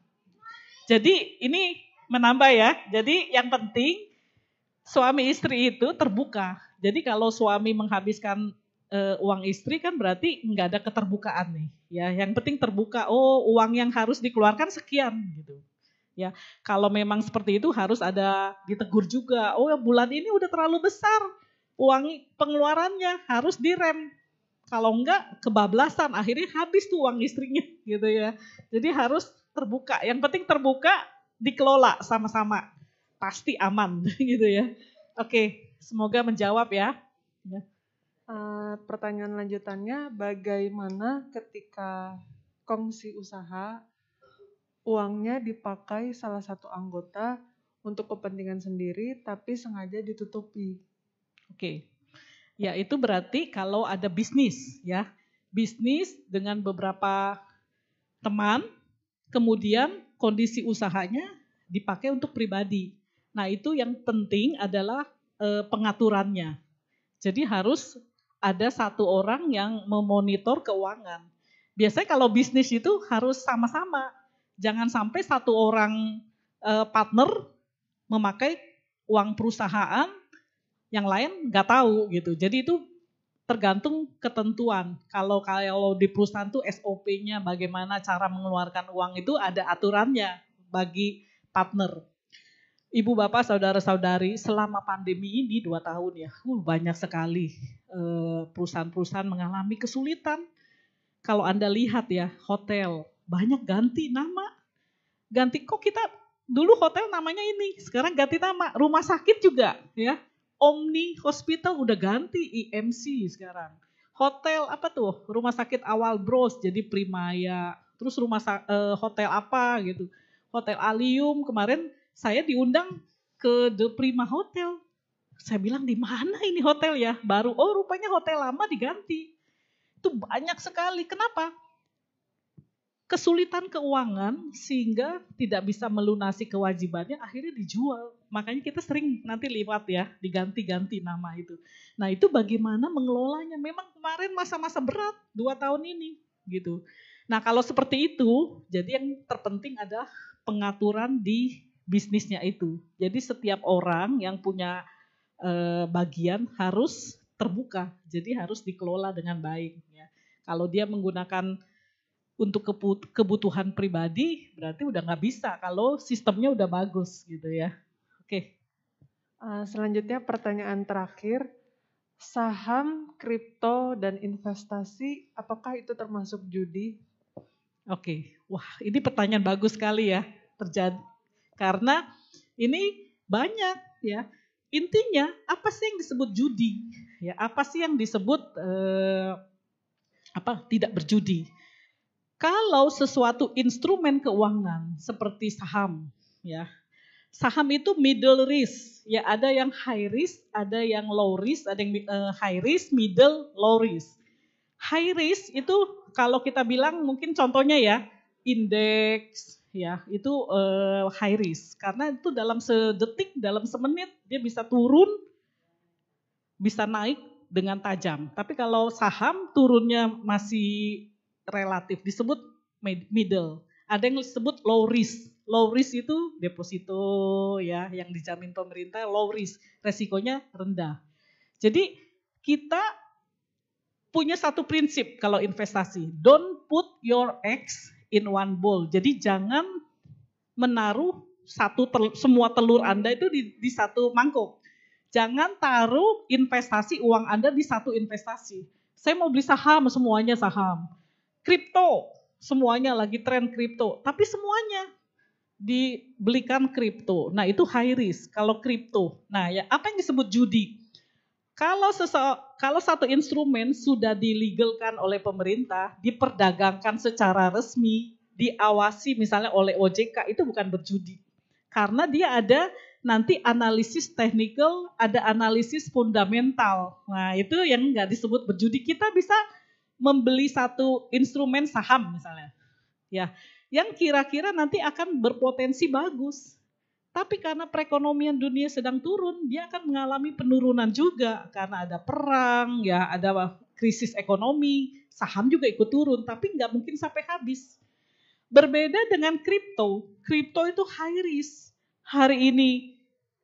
Jadi ini menambah ya. Jadi yang penting suami istri itu terbuka. Jadi kalau suami menghabiskan uang istri kan berarti nggak ada keterbukaan nih. Ya, yang penting terbuka. Oh uang yang harus dikeluarkan sekian gitu. Ya, kalau memang seperti itu harus ada ditegur juga. Oh, bulan ini udah terlalu besar uang pengeluarannya, harus direm. Kalau enggak kebablasan, akhirnya habis tuh uang istrinya gitu ya. Jadi harus terbuka. Yang penting terbuka, dikelola sama-sama. Pasti aman gitu ya. Oke, semoga menjawab ya. Pertanyaan lanjutannya, bagaimana ketika kongsi usaha uangnya dipakai salah satu anggota untuk kepentingan sendiri tapi sengaja ditutupi? Oke. Ya itu berarti kalau ada bisnis ya. Bisnis dengan beberapa teman, kemudian kondisi usahanya dipakai untuk pribadi. Nah itu yang penting adalah pengaturannya. Jadi harus ada satu orang yang memonitor keuangan. Biasanya kalau bisnis itu harus sama-sama. Jangan sampai satu orang partner memakai uang perusahaan, yang lain nggak tahu gitu. Jadi itu tergantung ketentuan. Kalau di perusahaan tuh SOP-nya bagaimana cara mengeluarkan uang itu ada aturannya bagi partner. Ibu bapak saudara-saudari selama pandemi ini 2 tahun ya, banyak sekali perusahaan-perusahaan mengalami kesulitan. Kalau Anda lihat ya hotel banyak ganti nama. Ganti kok kita dulu hotel namanya ini, sekarang ganti nama. Rumah sakit juga ya. Omni Hospital udah ganti IMC sekarang. Hotel apa tuh? Rumah sakit Awal Bros jadi Primaya. Terus hotel apa gitu. Hotel Alium kemarin saya diundang ke The Prima Hotel. Saya bilang di mana ini hotel ya? Baru rupanya hotel lama diganti. Itu banyak sekali. Kenapa? Kesulitan keuangan sehingga tidak bisa melunasi kewajibannya akhirnya dijual. Makanya kita sering nanti lihat ya diganti-ganti nama itu. Nah itu bagaimana mengelolanya. Memang kemarin masa-masa berat 2 tahun ini gitu. Nah kalau seperti itu, jadi yang terpenting adalah pengaturan di bisnisnya itu. Jadi setiap orang yang punya bagian harus terbuka, jadi harus dikelola dengan baik. Ya. Kalau dia menggunakan untuk kebutuhan pribadi, berarti udah nggak bisa kalau sistemnya udah bagus gitu ya. Oke. Selanjutnya pertanyaan terakhir, saham, kripto, dan investasi, apakah itu termasuk judi? Oke, wah ini pertanyaan bagus sekali ya terjadi karena ini banyak ya. Intinya apa sih yang disebut judi? Ya apa sih yang disebut tidak berjudi? Kalau sesuatu instrumen keuangan seperti saham, ya saham itu middle risk, ya ada yang high risk, ada yang low risk, ada yang high risk, middle, low risk. High risk itu kalau kita bilang mungkin contohnya ya indeks ya itu high risk karena itu dalam sedetik, dalam semenit dia bisa turun, bisa naik dengan tajam. Tapi kalau saham turunnya masih relatif disebut middle. Ada yang disebut low risk. Low risk itu deposito ya yang dijamin pemerintah, low risk, resikonya rendah. Jadi kita punya satu prinsip kalau investasi, don't put your eggs in one bowl. Jadi jangan menaruh semua telur Anda itu di satu mangkuk. Jangan taruh investasi uang Anda di satu investasi. Saya mau beli saham, semuanya saham. Kripto, semuanya lagi tren kripto. Tapi semuanya dibelikan kripto. Nah itu high risk kalau kripto. Nah ya apa yang disebut judi? Kalau satu instrumen sudah dilegalkan oleh pemerintah, diperdagangkan secara resmi, diawasi misalnya oleh OJK, itu bukan berjudi. Karena dia ada nanti analisis technical, ada analisis fundamental. Nah itu yang nggak disebut berjudi. Kita bisa membeli satu instrumen saham misalnya, ya, yang kira-kira nanti akan berpotensi bagus. Tapi karena perekonomian dunia sedang turun, dia akan mengalami penurunan juga karena ada perang, ya ada krisis ekonomi, saham juga ikut turun, tapi nggak mungkin sampai habis. Berbeda dengan kripto, kripto itu high risk. Hari ini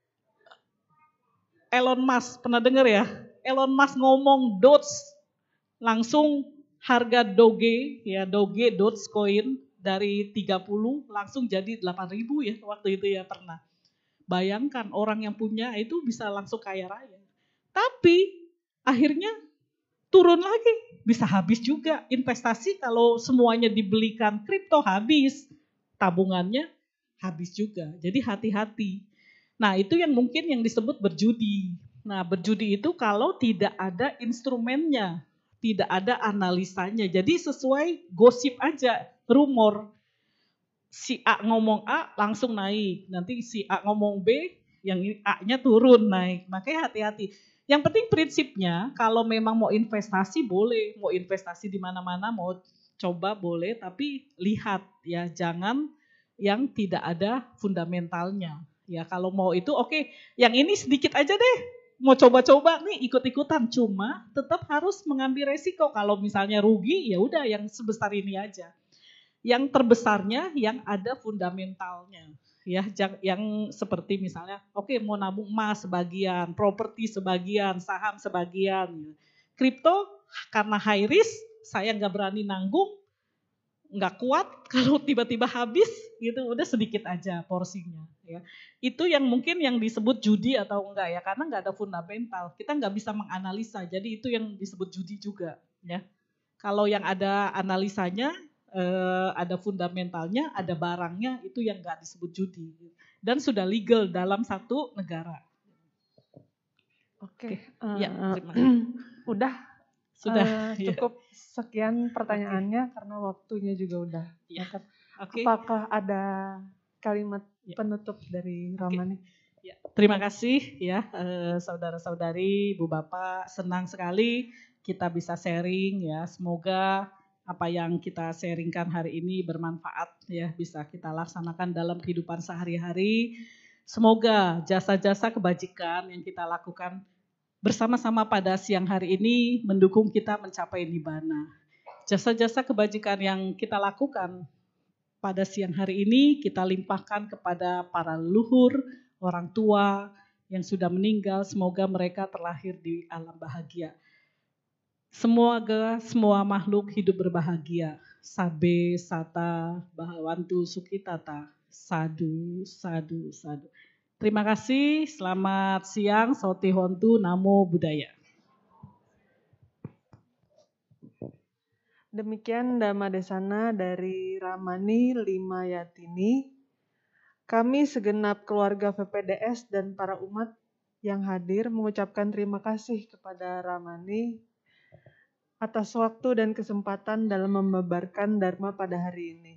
Elon Musk, pernah dengar ya? Elon Musk ngomong Doge, langsung harga Doge, Dogecoin dari 30 langsung jadi 8.000 ya waktu itu ya pernah. Bayangkan orang yang punya itu bisa langsung kaya raya. Tapi akhirnya turun lagi, bisa habis juga. Investasi kalau semuanya dibelikan kripto habis, tabungannya habis juga. Jadi hati-hati. Nah itu yang mungkin yang disebut berjudi. Nah berjudi itu kalau tidak ada instrumennya, tidak ada analisanya. Jadi sesuai gosip aja, rumor. Si A ngomong A langsung naik, nanti si A ngomong B, yang A-nya turun naik. Makanya hati-hati. Yang penting prinsipnya kalau memang mau investasi boleh, mau investasi di mana-mana, mau coba boleh, tapi lihat ya jangan yang tidak ada fundamentalnya. Ya kalau mau itu oke, yang ini sedikit aja deh. Mau coba-coba nih ikut-ikutan, cuma tetap harus mengambil resiko. Kalau misalnya rugi ya udah yang sebesar ini aja. Yang terbesarnya yang ada fundamentalnya, ya yang seperti misalnya, oke mau nabung emas sebagian, properti sebagian, saham sebagian, kripto karena high risk, saya nggak berani nanggung, nggak kuat kalau tiba-tiba habis, gitu udah sedikit aja porsinya, ya itu yang mungkin yang disebut judi atau enggak ya, karena nggak ada fundamental, kita nggak bisa menganalisa, jadi itu yang disebut judi juga, ya kalau yang ada analisanya. Ada fundamentalnya, ada barangnya, itu yang nggak disebut judi dan sudah legal dalam satu negara. Oke, ya, terima kasih. Sudah cukup sekian pertanyaannya karena waktunya juga udah. Ya. Apakah ada kalimat penutup dari Ramani? Ya. Terima kasih ya saudara-saudari, Bu Bapak, senang sekali kita bisa sharing ya, semoga apa yang kita sharingkan hari ini bermanfaat ya, bisa kita laksanakan dalam kehidupan sehari-hari. Semoga jasa-jasa kebajikan yang kita lakukan bersama-sama pada siang hari ini mendukung kita mencapai nibbana. Jasa-jasa kebajikan yang kita lakukan pada siang hari ini kita limpahkan kepada para leluhur, orang tua yang sudah meninggal, semoga mereka terlahir di alam bahagia. Semoga semua makhluk hidup berbahagia. Sabe, Sata, Bahawantu, Sukitata. Sadu, sadu, sadu. Terima kasih, selamat siang, Sauti Hontu, Namo Buddhaya. Demikian Dhamma Desana dari Ramani Lima Yatini. Kami segenap keluarga VPDS dan para umat yang hadir mengucapkan terima kasih kepada Ramani atas waktu dan kesempatan dalam membabarkan Dharma pada hari ini.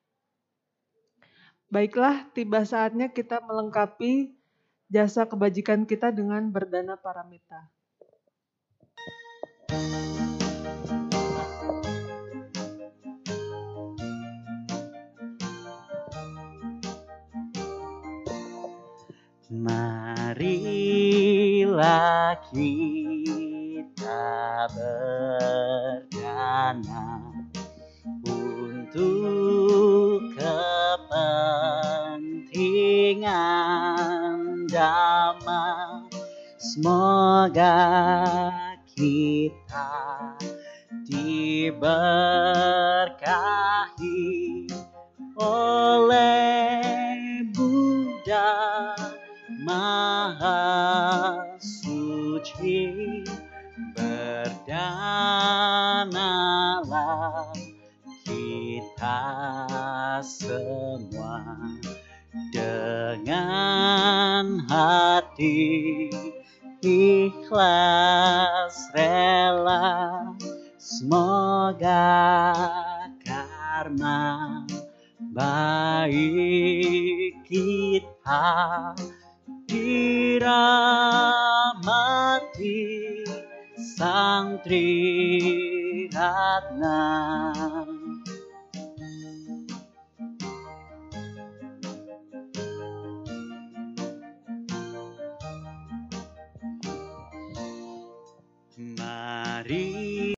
Baiklah, tiba saatnya kita melengkapi jasa kebajikan kita dengan berdana paramita. Marilah kita berdana untuk kepentingan Dhamma. Semoga kita diberkahi oleh Buddha Maha Suci. Berdanalah kita semua dengan hati ikhlas rela. Semoga karma baik kita dirahmati Sang Triratna.